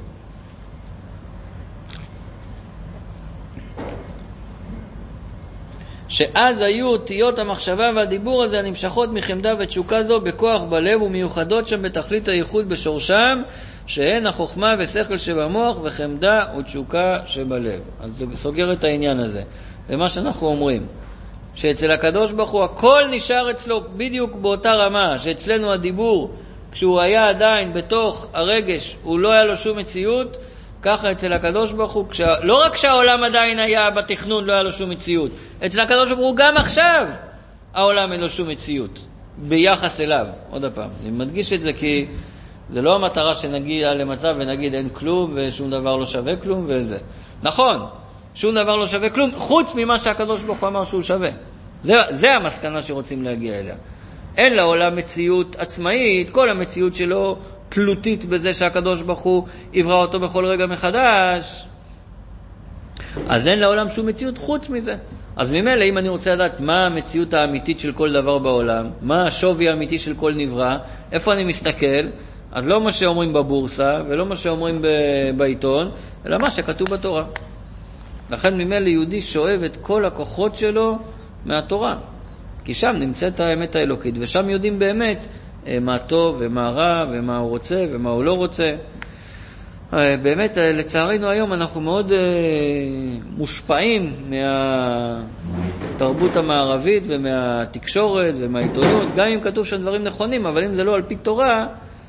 שאז היו אותיות המחשבה והדיבור הזה הנמשכות מחמדה ותשוקה זו בכוח בלב ומיוחדות שם בתכלית הייחוד בשורשם, שהן החוכמה ושכל שבמוח וחמדה ותשוקה שבלב. אז זה סוגר את העניין הזה. ומה שאנחנו אומרים, שאצל הקדוש ברוך הוא הכל נשאר אצלו בדיוק באותה רמה, שאצלנו הדיבור, כשהוא היה עדיין בתוך הרגש, הוא לא היה לו שום מציאות, ככה אצל הקדוש ברוך הוא, כשה, לא רק שהעולם עדיין היה בתכנון, לא היה לו שום מציאות. אצל הקדוש ברוך הוא גם עכשיו העולם אין לו שום מציאות ביחס אליו. עוד הפעם, אני מדגיש את זה כי זה לא המטרה שנגיע למצב ונגיד אין כלום ושום דבר לא שווה כלום וזה. נכון, שום דבר לא שווה כלום חוץ ממה שהקדוש ברוך הוא אמר שהוא שווה. זה, זה המסקנה שרוצים להגיע אליה. אין לעולם מציאות עצמאית, כל המציאות שלו תלותית בזה שהקדוש ברוך הוא יברא אותו בכל רגע מחדש, אז אין לעולם שום מציאות חוץ מזה. אז ממילא אם אני רוצה לדעת מה המציאות האמיתית של כל דבר בעולם, מה השווי האמיתי של כל נברא, איפה אני מסתכל, אז לא מה שאומרים בבורסה ולא מה שאומרים בעיתון, אלא מה שכתוב בתורה. לכן ממילא יהודי שואב את כל הכוחות שלו מהתורה, כי שם נמצאת האמת האלוקית, ושם יודעים באמת מה טוב ומה רע ומה הוא רוצה ומה הוא לא רוצה. באמת לצערנו היום אנחנו מאוד מושפעים מהתרבות המערבית ומהתקשורת ומהעיתונות, גם אם כתוב שם דברים נכונים, אבל אם זה לא על פי תורה,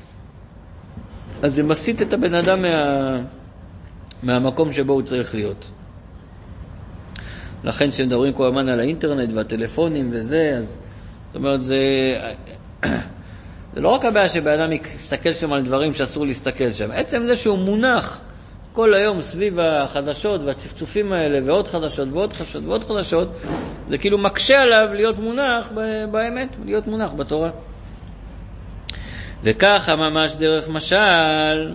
אז זה מסית את הבן אדם מה... מהמקום שבו הוא צריך להיות. לכן כשמדברים כל הזמן על האינטרנט והטלפונים וזה, אז זאת אומרת זה... זה לא רק הבעיה שבאדם יסתכל שם על דברים שאסור להסתכל שם. עצם זה שהוא מונח כל היום סביב החדשות והצפצופים האלה ועוד חדשות ועוד חדשות ועוד חדשות, זה כאילו מקשה עליו להיות מונח באמת, להיות מונח בתורה. וככה ממש דרך משל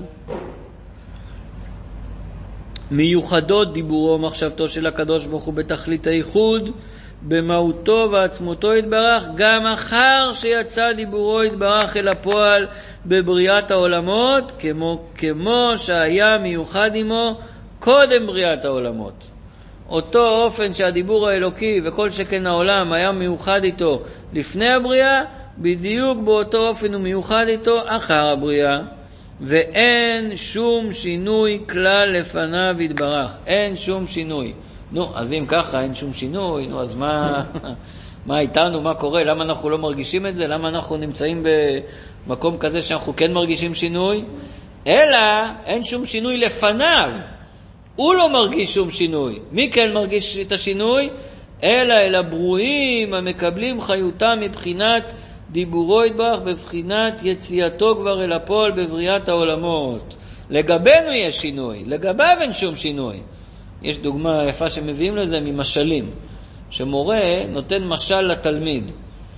מיוחדות דיבורו ומחשבתו של הקדוש ברוך הוא בתכלית הייחוד, במהותו ועצמותו יתברך, גם אחר שיצא דיבורו יתברך אל הפועל בבריאת העולמות, כמו, כמו שהיה מיוחד עמו קודם בריאת העולמות. אותו אופן שהדיבור האלוקי וכל שכן העולם היה מיוחד איתו לפני הבריאה, בדיוק באותו אופן הוא מיוחד איתו אחר הבריאה, ואין שום שינוי כלל לפניו יתברך. אין שום שינוי. נו, אז אם ככה אין שום שינוי, נו, אז מה, מה איתנו, מה קורה? למה אנחנו לא מרגישים את זה? למה אנחנו נמצאים במקום כזה שאנחנו כן מרגישים שינוי? אלא אין שום שינוי לפניו. הוא לא מרגיש שום שינוי. מי כן מרגיש את השינוי? אלא אל הברואים המקבלים חיותם מבחינת דיבורו יתברך, בבחינת יציאתו כבר אל הפועל בבריאת העולמות. לגבינו יש שינוי, לגביו אין שום שינוי. יש דוגמה יפה שמביאים לזה ממשלים, שמורה נותן משל לתלמיד.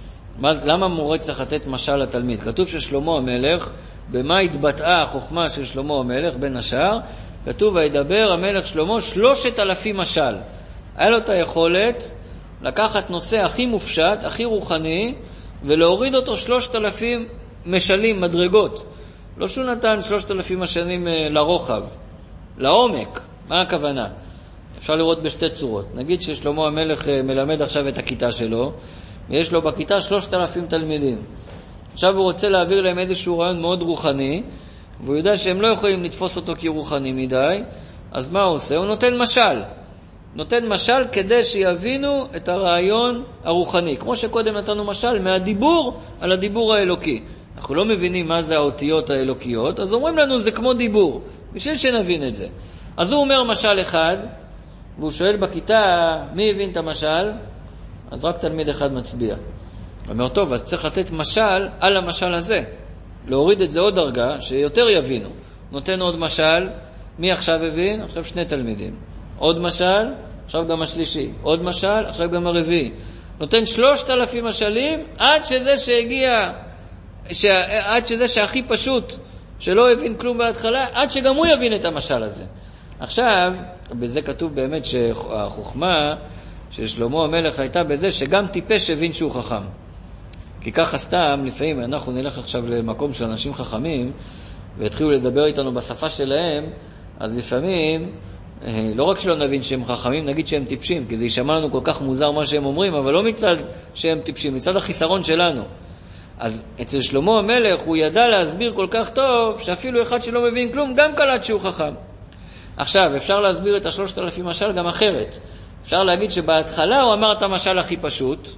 למה מורה צריך לתת משל לתלמיד? כתוב ששלמה המלך, במה התבטאה החוכמה של שלמה המלך בין השאר? כתוב וידבר המלך שלמה שלושת אלפים משל. היה לו את היכולת לקחת נושא הכי מופשט, הכי רוחני, ולהוריד אותו שלושת אלפים משלים, מדרגות. לא שהוא נתן שלושת אלפים משלים לרוחב, לעומק. מה הכוונה? אפשר לראות בשתי צורות. נגיד ששלמה המלך מלמד עכשיו את הכיתה שלו, ויש לו בכיתה שלושת אלפים תלמידים. עכשיו הוא רוצה להעביר להם איזשהו רעיון מאוד רוחני, והוא יודע שהם לא יכולים לתפוס אותו כרוחני מדי, אז מה הוא עושה? הוא נותן משל. נותן משל כדי שיבינו את הרעיון הרוחני. כמו שקודם נתנו משל מהדיבור על הדיבור האלוקי. אנחנו לא מבינים מה זה האותיות האלוקיות, אז אומרים לנו זה כמו דיבור, בשביל שנבין את זה. אז הוא אומר משל אחד, והוא שואל בכיתה, מי הבין את המשל? אז רק תלמיד אחד מצביע. הוא אומר, טוב, אז צריך לתת משל על המשל הזה. להוריד את זה עוד דרגה, שיותר יבינו. נותן עוד משל, מי עכשיו הבין? עכשיו שני תלמידים. עוד משל, עכשיו גם השלישי. עוד משל, עכשיו גם הרביעי. נותן שלושת אלפים משלים, עד שזה שהגיע, ש... עד שזה שהכי פשוט, שלא הבין כלום בהתחלה, עד שגם הוא יבין את המשל הזה. עכשיו, בזה כתוב באמת שהחוכמה של שלמה המלך הייתה בזה שגם טיפש הבין שהוא חכם. כי ככה סתם, לפעמים אנחנו נלך עכשיו למקום של אנשים חכמים, והתחילו לדבר איתנו בשפה שלהם, אז לפעמים, לא רק שלא נבין שהם חכמים, נגיד שהם טיפשים, כי זה יישמע לנו כל כך מוזר מה שהם אומרים, אבל לא מצד שהם טיפשים, מצד החיסרון שלנו. אז אצל שלמה המלך הוא ידע להסביר כל כך טוב, שאפילו אחד שלא מבין כלום, גם קלט שהוא חכם. עכשיו, אפשר להסביר את השלושת אלפים משל גם אחרת. אפשר להגיד שבהתחלה הוא אמר את המשל הכי פשוט.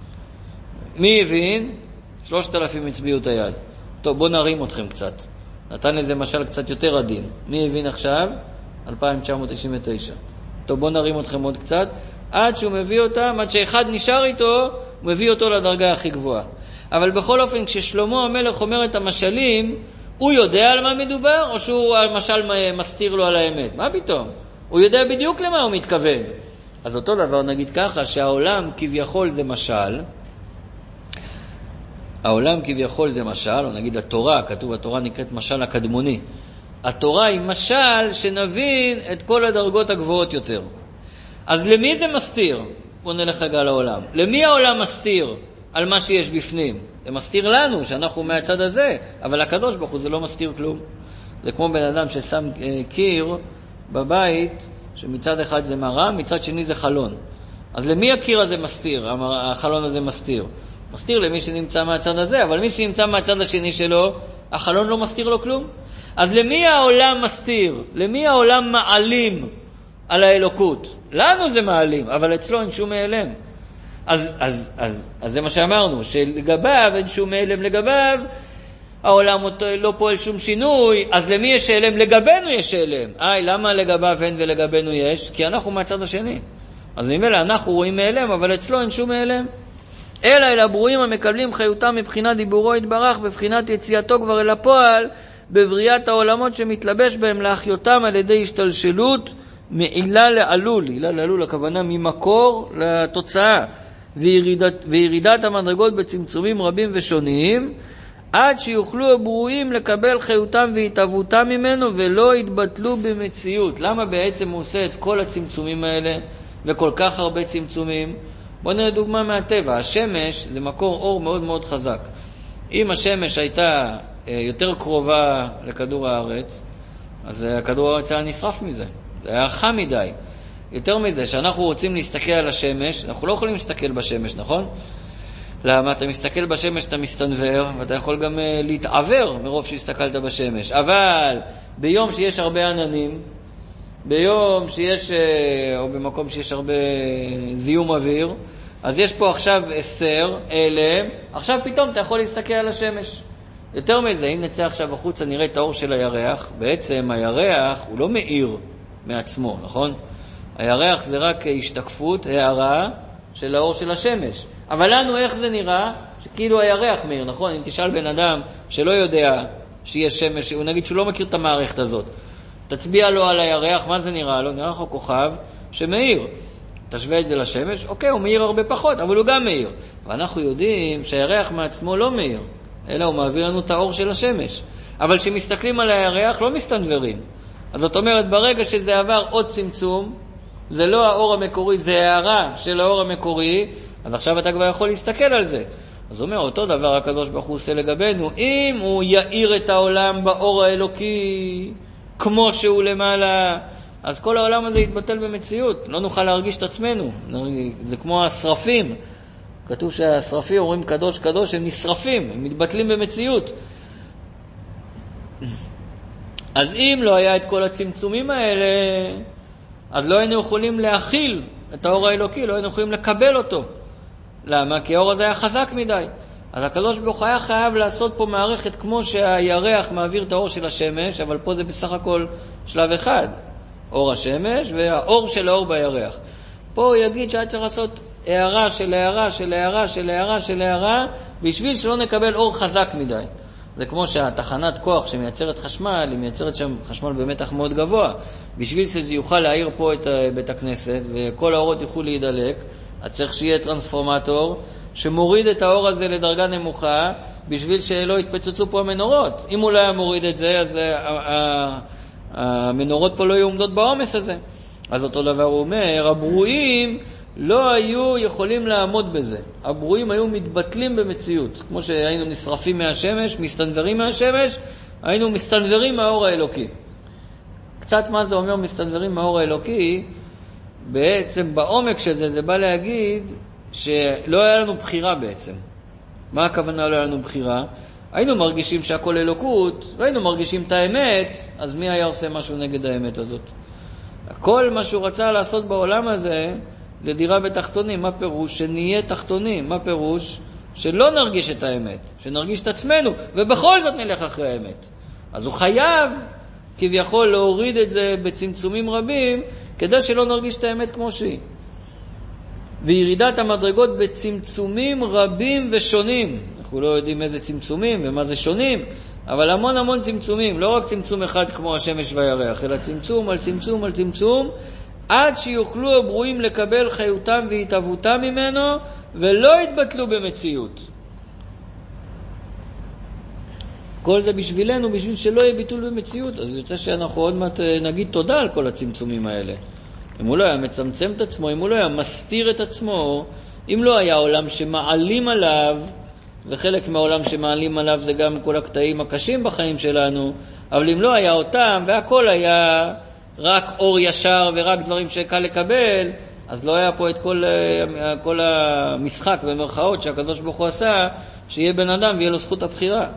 מי הבין? שלושת אלפים הצביעו את היד. טוב, בוא נרים אתכם קצת. נתן לזה משל קצת יותר עדין. מי הבין עכשיו? אלפיים תשע מאות תשעים ותשע. טוב, בוא נרים אתכם עוד קצת. עד שהוא מביא אותם, עד שאחד נשאר איתו, הוא מביא אותו לדרגה הכי גבוהה. אבל בכל אופן, כששלמה המלך אומר את המשלים, הוא יודע על מה מדובר, או שהוא המשל מסתיר לו על האמת? מה פתאום? הוא יודע בדיוק למה הוא מתכוון. אז אותו דבר נגיד ככה, שהעולם כביכול זה משל, העולם כביכול זה משל, או נגיד התורה, כתוב התורה נקראת משל הקדמוני. התורה היא משל שנבין את כל הדרגות הגבוהות יותר. אז למי זה מסתיר? בוא נלך רגע לעולם. למי העולם מסתיר על מה שיש בפנים? זה מסתיר לנו, שאנחנו מהצד הזה, אבל הקדוש ברוך הוא זה לא מסתיר כלום. זה כמו בן אדם ששם קיר בבית, שמצד אחד זה מראה, מצד שני זה חלון. אז למי הקיר הזה מסתיר, החלון הזה מסתיר? מסתיר למי שנמצא מהצד הזה, אבל מי שנמצא מהצד השני שלו, החלון לא מסתיר לו כלום. אז למי העולם מסתיר? למי העולם מעלים על האלוקות? לנו זה מעלים, אבל אצלו אין שום מעלם. אז, אז, אז, אז זה מה שאמרנו, שלגביו אין שום מעלם לגביו, העולם לא פועל שום שינוי, אז למי יש העלם? לגבינו יש העלם. איי, למה לגביו אין ולגבינו יש? כי אנחנו מהצד השני. אז ממילא אנחנו רואים מעלם, אבל אצלו אין שום מעלם. אלא אל הברואים המקבלים חיותם מבחינת דיבורו יתברך, בבחינת יציאתו כבר אל הפועל, בבריאת העולמות שמתלבש בהם להחיותם על ידי השתלשלות מעילה לעלול. עילה לעלול, הכוונה ממקור לתוצאה, וירידת, וירידת המדרגות בצמצומים רבים ושונים, עד שיוכלו הברואים לקבל חיותם והתאבותם ממנו ולא יתבטלו במציאות. למה בעצם הוא עושה את כל הצמצומים האלה וכל כך הרבה צמצומים? בוא נראה דוגמה מהטבע. השמש זה מקור אור מאוד מאוד חזק. אם השמש הייתה יותר קרובה לכדור הארץ, אז הכדור הארץ היה נשרף מזה. זה היה חם מדי. יותר מזה, שאנחנו רוצים להסתכל על השמש, אנחנו לא יכולים להסתכל בשמש, נכון? למה? אתה מסתכל בשמש, אתה מסתנבר, ואתה יכול גם uh, להתעבר מרוב שהסתכלת בשמש. אבל ביום שיש הרבה עננים, ביום שיש, uh, או במקום שיש הרבה זיהום אוויר, אז יש פה עכשיו אסתר, אלם, עכשיו פתאום אתה יכול להסתכל על השמש. יותר מזה, אם נצא עכשיו החוצה נראה את האור של הירח, בעצם הירח הוא לא מאיר, מעצמו, נכון? הירח זה רק השתקפות, הערה של האור של השמש. אבל לנו איך זה נראה? שכאילו הירח מאיר, נכון? אם תשאל בן אדם שלא יודע שיש שמש, הוא נגיד שהוא לא מכיר את המערכת הזאת, תצביע לו על הירח, מה זה נראה לו? נראה לך כוכב שמאיר. תשווה את זה לשמש, אוקיי, הוא מאיר הרבה פחות, אבל הוא גם מאיר. ואנחנו יודעים שהירח מעצמו לא מאיר, אלא הוא מעביר לנו את האור של השמש. אבל כשמסתכלים על הירח לא מסתנוורים. אז זאת אומרת, ברגע שזה עבר עוד צמצום, זה לא האור המקורי, זה הערה של האור המקורי, אז עכשיו אתה כבר יכול להסתכל על זה. אז הוא אומר, אותו דבר הקדוש ברוך הוא עושה לגבינו, אם הוא יאיר את העולם באור האלוקי, כמו שהוא למעלה, אז כל העולם הזה יתבטל במציאות, לא נוכל להרגיש את עצמנו. זה כמו השרפים, כתוב שהשרפים אומרים קדוש קדוש, הם נשרפים, הם מתבטלים במציאות. אז אם לא היה את כל הצמצומים האלה, אז לא היינו יכולים להכיל את האור האלוקי, לא היינו יכולים לקבל אותו. למה? כי האור הזה היה חזק מדי. אז הקדוש ברוך הוא היה חייב לעשות פה מערכת כמו שהירח מעביר את האור של השמש, אבל פה זה בסך הכל שלב אחד, אור השמש והאור של האור בירח. פה הוא יגיד שהיה צריך לעשות הערה של הערה של הערה של הערה של הערה, בשביל שלא נקבל אור חזק מדי. זה כמו שהתחנת כוח שמייצרת חשמל, היא מייצרת שם חשמל במתח מאוד גבוה. בשביל שזה יוכל להאיר פה את בית הכנסת וכל האורות יוכלו להידלק, אז צריך שיהיה טרנספורמטור שמוריד את האור הזה לדרגה נמוכה, בשביל שלא יתפוצצו פה המנורות. אם הוא לא היה מוריד את זה, אז המנורות פה לא יהיו עומדות בעומס הזה. אז אותו דבר הוא אומר, הברואים לא היו יכולים לעמוד בזה. הברואים היו מתבטלים במציאות. כמו שהיינו נשרפים מהשמש, מסתנברים מהשמש, היינו מסתנברים מהאור האלוקי. קצת מה זה אומר מסתנברים מהאור האלוקי? בעצם בעומק של זה, זה בא להגיד שלא היה לנו בחירה בעצם. מה הכוונה לא היה לנו בחירה? היינו מרגישים שהכל אלוקות, והיינו מרגישים את האמת, אז מי היה עושה משהו נגד האמת הזאת? כל מה שהוא רצה לעשות בעולם הזה, זה דירה בתחתונים. מה פירוש? שנהיה תחתונים. מה פירוש? שלא נרגיש את האמת, שנרגיש את עצמנו, ובכל זאת נלך אחרי האמת. אז הוא חייב כביכול להוריד את זה בצמצומים רבים, כדי שלא נרגיש את האמת כמו שהיא. וירידת המדרגות בצמצומים רבים ושונים. אנחנו לא יודעים איזה צמצומים ומה זה שונים, אבל המון המון צמצומים, לא רק צמצום אחד כמו השמש והירח, אלא צמצום על צמצום על צמצום, עד שיוכלו הברואים לקבל חיותם והתהוותם ממנו, ולא יתבטלו במציאות. כל זה בשבילנו, בשביל שלא יהיה ביטול במציאות. אז יוצא שאנחנו עוד מעט נגיד תודה על כל הצמצומים האלה. אם הוא לא היה מצמצם את עצמו, אם הוא לא היה מסתיר את עצמו, אם לא היה עולם שמעלים עליו, וחלק מהעולם שמעלים עליו זה גם כל הקטעים הקשים בחיים שלנו, אבל אם לא היה אותם, והכל היה רק אור ישר ורק דברים שקל לקבל, אז לא היה פה את כל, כל המשחק במרכאות שהקדוש ברוך הוא עשה, שיהיה בן אדם ויהיה לו זכות הבחירה.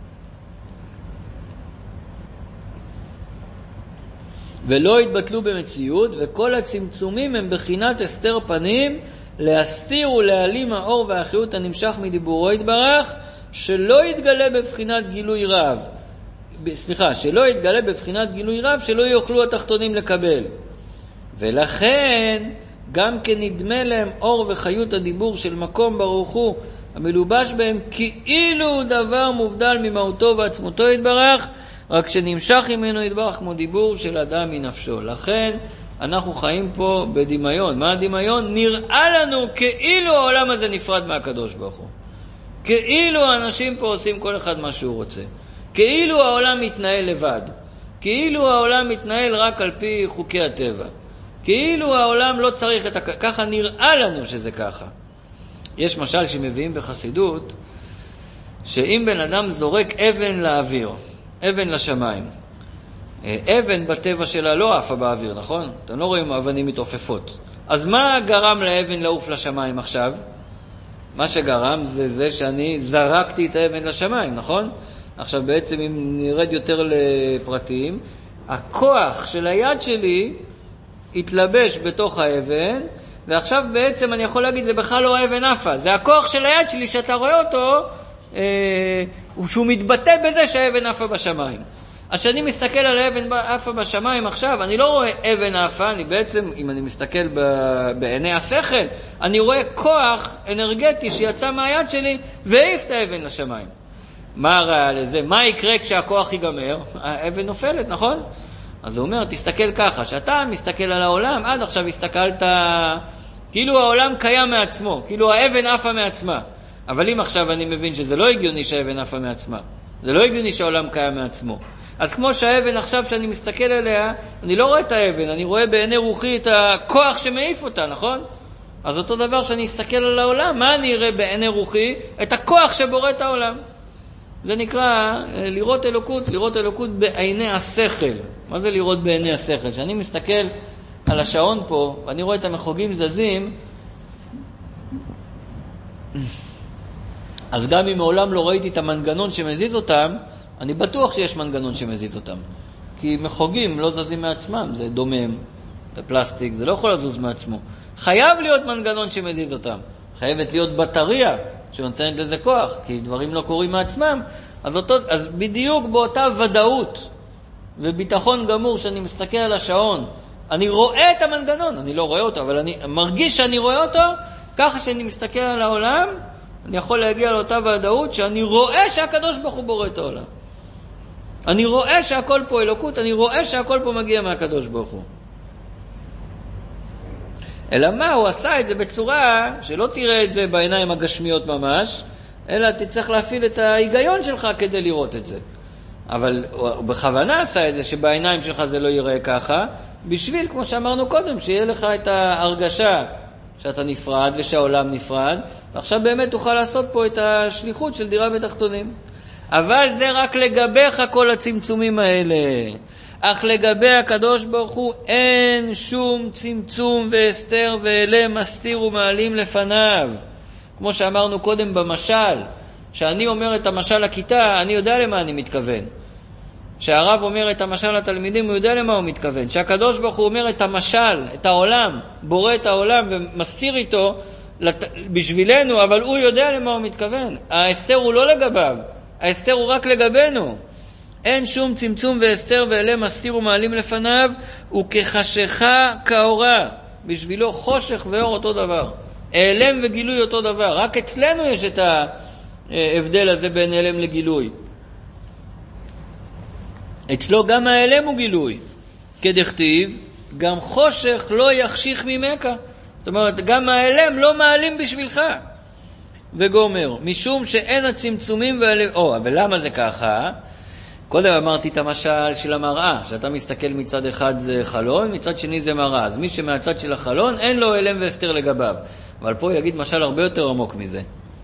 ולא יתבטלו במציאות, וכל הצמצומים הם בחינת הסתר פנים, להסתיר ולהעלים האור והחיות הנמשך מדיבורו יתברך, שלא יתגלה בבחינת גילוי רב. סליחה, שלא יתגלה בבחינת גילוי רב, שלא יוכלו התחתונים לקבל. ולכן, גם כן נדמה להם אור וחיות הדיבור של מקום ברוך הוא, המלובש בהם כאילו דבר מובדל ממהותו ועצמותו יתברך, רק שנמשך ממנו יתברך כמו דיבור של אדם מנפשו. לכן אנחנו חיים פה בדמיון. מה הדמיון? נראה לנו כאילו העולם הזה נפרד מהקדוש ברוך הוא. כאילו האנשים פה עושים כל אחד מה שהוא רוצה. כאילו העולם מתנהל לבד. כאילו העולם מתנהל רק על פי חוקי הטבע. כאילו העולם לא צריך את הכ... ככה נראה לנו שזה ככה. יש משל שמביאים בחסידות, שאם בן אדם זורק אבן לאוויר, אבן לשמיים, אבן בטבע שלה לא עפה באוויר, נכון? אתם לא רואים אבנים מתעופפות. אז מה גרם לאבן לעוף לשמיים עכשיו? מה שגרם זה זה שאני זרקתי את האבן לשמיים, נכון? עכשיו בעצם אם נרד יותר לפרטים, הכוח של היד שלי התלבש בתוך האבן, ועכשיו בעצם אני יכול להגיד זה בכלל לא האבן עפה, זה הכוח של היד שלי שאתה רואה אותו, אה, שהוא מתבטא בזה שהאבן עפה בשמיים. אז כשאני מסתכל על האבן עפה בשמיים עכשיו, אני לא רואה אבן עפה, אני בעצם, אם אני מסתכל בעיני השכל, אני רואה כוח אנרגטי שיצא מהיד שלי והעיף את האבן לשמיים. מה רע לזה? מה יקרה כשהכוח ייגמר? האבן נופלת, נכון? אז הוא אומר, תסתכל ככה, שאתה מסתכל על העולם, עד עכשיו הסתכלת כאילו העולם קיים מעצמו, כאילו האבן עפה מעצמה. אבל אם עכשיו אני מבין שזה לא הגיוני שהאבן עפה מעצמה, זה לא הגיוני שהעולם קיים מעצמו. אז כמו שהאבן עכשיו שאני מסתכל עליה, אני לא רואה את האבן, אני רואה בעיני רוחי את הכוח שמעיף אותה, נכון? אז אותו דבר שאני אסתכל על העולם, מה אני אראה בעיני רוחי? את הכוח שבורא את העולם. זה נקרא לראות אלוקות, לראות אלוקות בעיני השכל. מה זה לראות בעיני השכל? כשאני מסתכל על השעון פה, ואני רואה את המחוגים זזים, אז גם אם מעולם לא ראיתי את המנגנון שמזיז אותם, אני בטוח שיש מנגנון שמזיז אותם. כי מחוגים לא זזים מעצמם, זה דומם, זה פלסטיק, זה לא יכול לזוז מעצמו. חייב להיות מנגנון שמזיז אותם. חייבת להיות בטריה שנותנת לזה כוח, כי דברים לא קורים מעצמם. אז, אותו, אז בדיוק באותה ודאות וביטחון גמור שאני מסתכל על השעון, אני רואה את המנגנון, אני לא רואה אותו, אבל אני מרגיש שאני רואה אותו, ככה שאני מסתכל על העולם, אני יכול להגיע לאותה ודאות שאני רואה שהקדוש ברוך הוא בורא את העולם. אני רואה שהכל פה אלוקות, אני רואה שהכל פה מגיע מהקדוש ברוך הוא. אלא מה? הוא עשה את זה בצורה שלא תראה את זה בעיניים הגשמיות ממש, אלא תצטרך להפעיל את ההיגיון שלך כדי לראות את זה. אבל הוא בכוונה עשה את זה שבעיניים שלך זה לא ייראה ככה, בשביל, כמו שאמרנו קודם, שיהיה לך את ההרגשה שאתה נפרד ושהעולם נפרד, ועכשיו באמת תוכל לעשות פה את השליחות של דירה בתחתונים. אבל זה רק לגביך כל הצמצומים האלה. אך לגבי הקדוש ברוך הוא אין שום צמצום והסתר ואלה מסתיר ומעלים לפניו. כמו שאמרנו קודם במשל, שאני אומר את המשל לכיתה, אני יודע למה אני מתכוון. שהרב אומר את המשל לתלמידים, הוא יודע למה הוא מתכוון. שהקדוש ברוך הוא אומר את המשל, את העולם, בורא את העולם ומסתיר איתו בשבילנו, אבל הוא יודע למה הוא מתכוון. ההסתר הוא לא לגביו, ההסתר הוא רק לגבינו. אין שום צמצום והסתר ואלה מסתיר ומעלים לפניו, וכחשיכה כאורה. בשבילו חושך ואור אותו דבר. העלם וגילוי אותו דבר. רק אצלנו יש את ההבדל הזה בין העלם לגילוי. אצלו גם העלם הוא גילוי. כדכתיב, גם חושך לא יחשיך ממך. זאת אומרת, גם העלם לא מעלים בשבילך. וגומר, משום שאין הצמצומים והעלם... או, אבל למה זה ככה? קודם אמרתי את המשל של המראה, שאתה מסתכל מצד אחד זה חלון, מצד שני זה מראה. אז מי שמהצד של החלון אין לו אלם והסתר לגביו. אבל פה יגיד משל הרבה יותר עמוק מזה.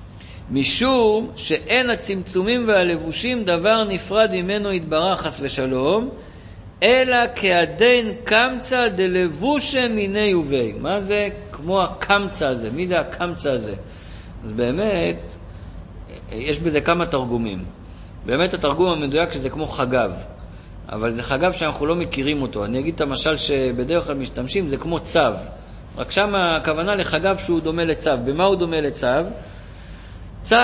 משום שאין הצמצומים והלבושים דבר נפרד ממנו יתברך חס ושלום, אלא כעדין קמצא דלבושה מיני ובי. מה זה כמו הקמצא הזה? מי זה הקמצא הזה? אז באמת, יש בזה כמה תרגומים. באמת התרגום המדויק שזה כמו חגב, אבל זה חגב שאנחנו לא מכירים אותו. אני אגיד את המשל שבדרך כלל משתמשים, זה כמו צו. רק שם הכוונה לחגב שהוא דומה לצו. במה הוא דומה לצו? צו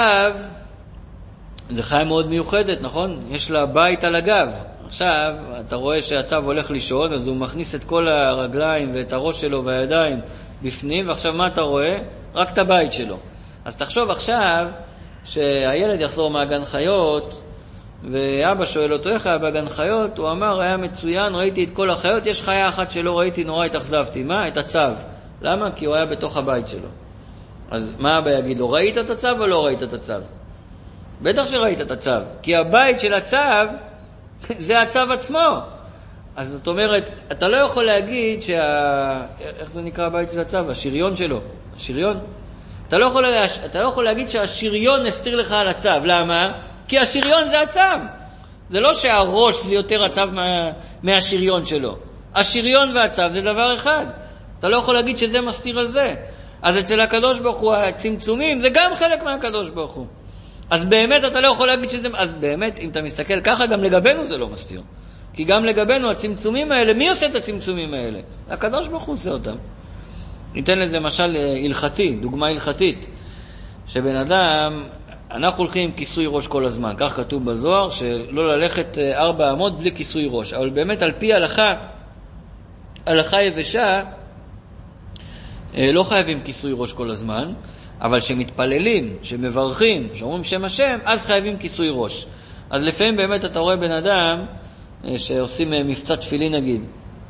זה חיה מאוד מיוחדת, נכון? יש לה בית על הגב. עכשיו אתה רואה שהצו הולך לישון, אז הוא מכניס את כל הרגליים ואת הראש שלו והידיים בפנים, ועכשיו מה אתה רואה? רק את הבית שלו. אז תחשוב עכשיו שהילד יחזור מהגן חיות, ואבא שואל אותו איך היה בגן חיות, הוא אמר היה מצוין, ראיתי את כל החיות, יש חיה אחת שלא ראיתי, נורא התאכזבתי. מה? את הצו. למה? כי הוא היה בתוך הבית שלו. אז מה אבא יגיד לו? ראית את הצו או לא ראית את הצו? בטח שראית את הצו, כי הבית של הצו זה הצו עצמו. אז זאת אומרת, אתה לא יכול להגיד שה... איך זה נקרא הבית של הצו? השריון שלו. השריון? אתה לא יכול, אתה לא יכול להגיד שהשריון הסתיר לך על הצו. למה? כי השריון זה הצו. זה לא שהראש זה יותר הצו מה, מהשריון שלו. השריון והצו זה דבר אחד. אתה לא יכול להגיד שזה מסתיר על זה. אז אצל הקדוש ברוך הוא הצמצומים זה גם חלק מהקדוש ברוך הוא. אז באמת אתה לא יכול להגיד שזה... אז באמת אם אתה מסתכל ככה גם לגבינו זה לא מסתיר. כי גם לגבינו הצמצומים האלה, מי עושה את הצמצומים האלה? הקדוש ברוך הוא עושה אותם. ניתן לזה משל הלכתי, דוגמה הלכתית, שבן אדם אנחנו הולכים עם כיסוי ראש כל הזמן, כך כתוב בזוהר, שלא ללכת ארבע אמות בלי כיסוי ראש. אבל באמת על פי הלכה, הלכה יבשה, לא חייבים כיסוי ראש כל הזמן, אבל שמתפללים, שמברכים, שאומרים שם השם, אז חייבים כיסוי ראש. אז לפעמים באמת אתה רואה בן אדם שעושים מבצע תפילין נגיד,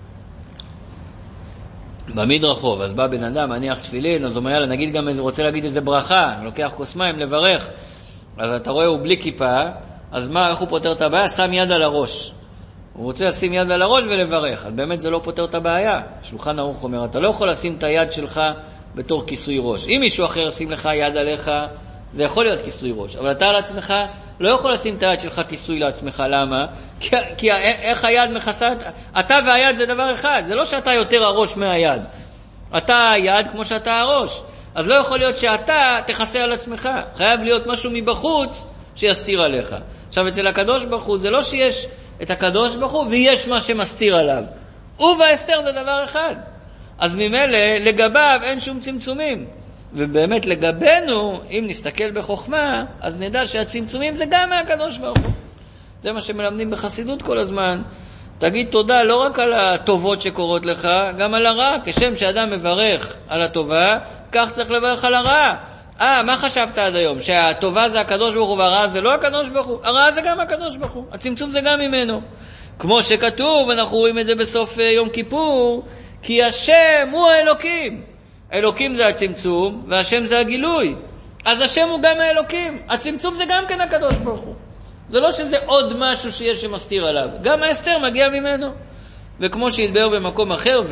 במדרחוב, אז בא בן אדם, מניח תפילין, אז אומר, יאללה, נגיד גם, רוצה להגיד איזה ברכה, לוקח כוס מים לברך, אז אתה רואה, הוא בלי כיפה, אז מה, איך הוא פותר את הבעיה? שם יד על הראש. הוא רוצה לשים יד על הראש ולברך, אז באמת זה לא פותר את הבעיה. שולחן ערוך אומר, אתה לא יכול לשים את היד שלך בתור כיסוי ראש. אם מישהו אחר ישים לך יד עליך, זה יכול להיות כיסוי ראש, אבל אתה על עצמך לא יכול לשים את היד שלך כיסוי לעצמך. למה? כי, כי איך היד מכסה? אתה והיד זה דבר אחד, זה לא שאתה יותר הראש מהיד. אתה היד כמו שאתה הראש. אז לא יכול להיות שאתה תכסה על עצמך. חייב להיות משהו מבחוץ שיסתיר עליך. עכשיו אצל הקדוש ברוך הוא זה לא שיש את הקדוש ברוך הוא ויש מה שמסתיר עליו. הוא והאסתר זה דבר אחד. אז ממילא לגביו אין שום צמצומים. ובאמת לגבינו, אם נסתכל בחוכמה, אז נדע שהצמצומים זה גם מהקדוש ברוך הוא. זה מה שמלמדים בחסידות כל הזמן. תגיד תודה לא רק על הטובות שקורות לך, גם על הרע. כשם שאדם מברך על הטובה, כך צריך לברך על הרע. אה, מה חשבת עד היום? שהטובה זה הקדוש ברוך הוא והרע זה לא הקדוש ברוך הוא? הרע זה גם הקדוש ברוך הוא. הצמצום זה גם ממנו. כמו שכתוב, אנחנו רואים את זה בסוף יום כיפור, כי השם הוא האלוקים. אלוקים זה הצמצום, והשם זה הגילוי. אז השם הוא גם האלוקים. הצמצום זה גם כן הקדוש ברוך הוא. זה לא שזה עוד משהו שיש שמסתיר עליו. גם האסתר מגיע ממנו. וכמו שהתבאר במקום אחר,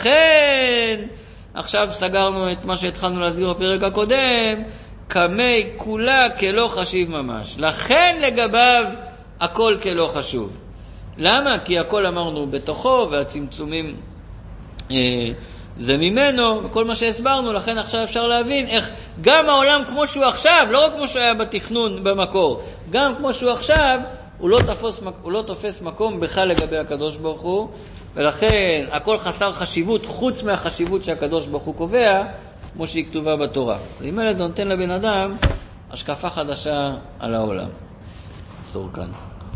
ולכן, עכשיו סגרנו את מה שהתחלנו להסביר בפרק הקודם, כמי כולה כלא חשיב ממש. לכן לגביו הכל כלא חשוב. למה? כי הכל אמרנו בתוכו, והצמצומים אה, זה ממנו, וכל מה שהסברנו, לכן עכשיו אפשר להבין איך גם העולם כמו שהוא עכשיו, לא רק כמו שהוא היה בתכנון במקור, גם כמו שהוא עכשיו, הוא לא תפוס, הוא לא תופס מקום בכלל לגבי הקדוש ברוך הוא, ולכן הכל חסר חשיבות חוץ מהחשיבות שהקדוש ברוך הוא קובע, כמו שהיא כתובה בתורה. אם אלה זה נותן לבן אדם השקפה חדשה על העולם. עצור כאן.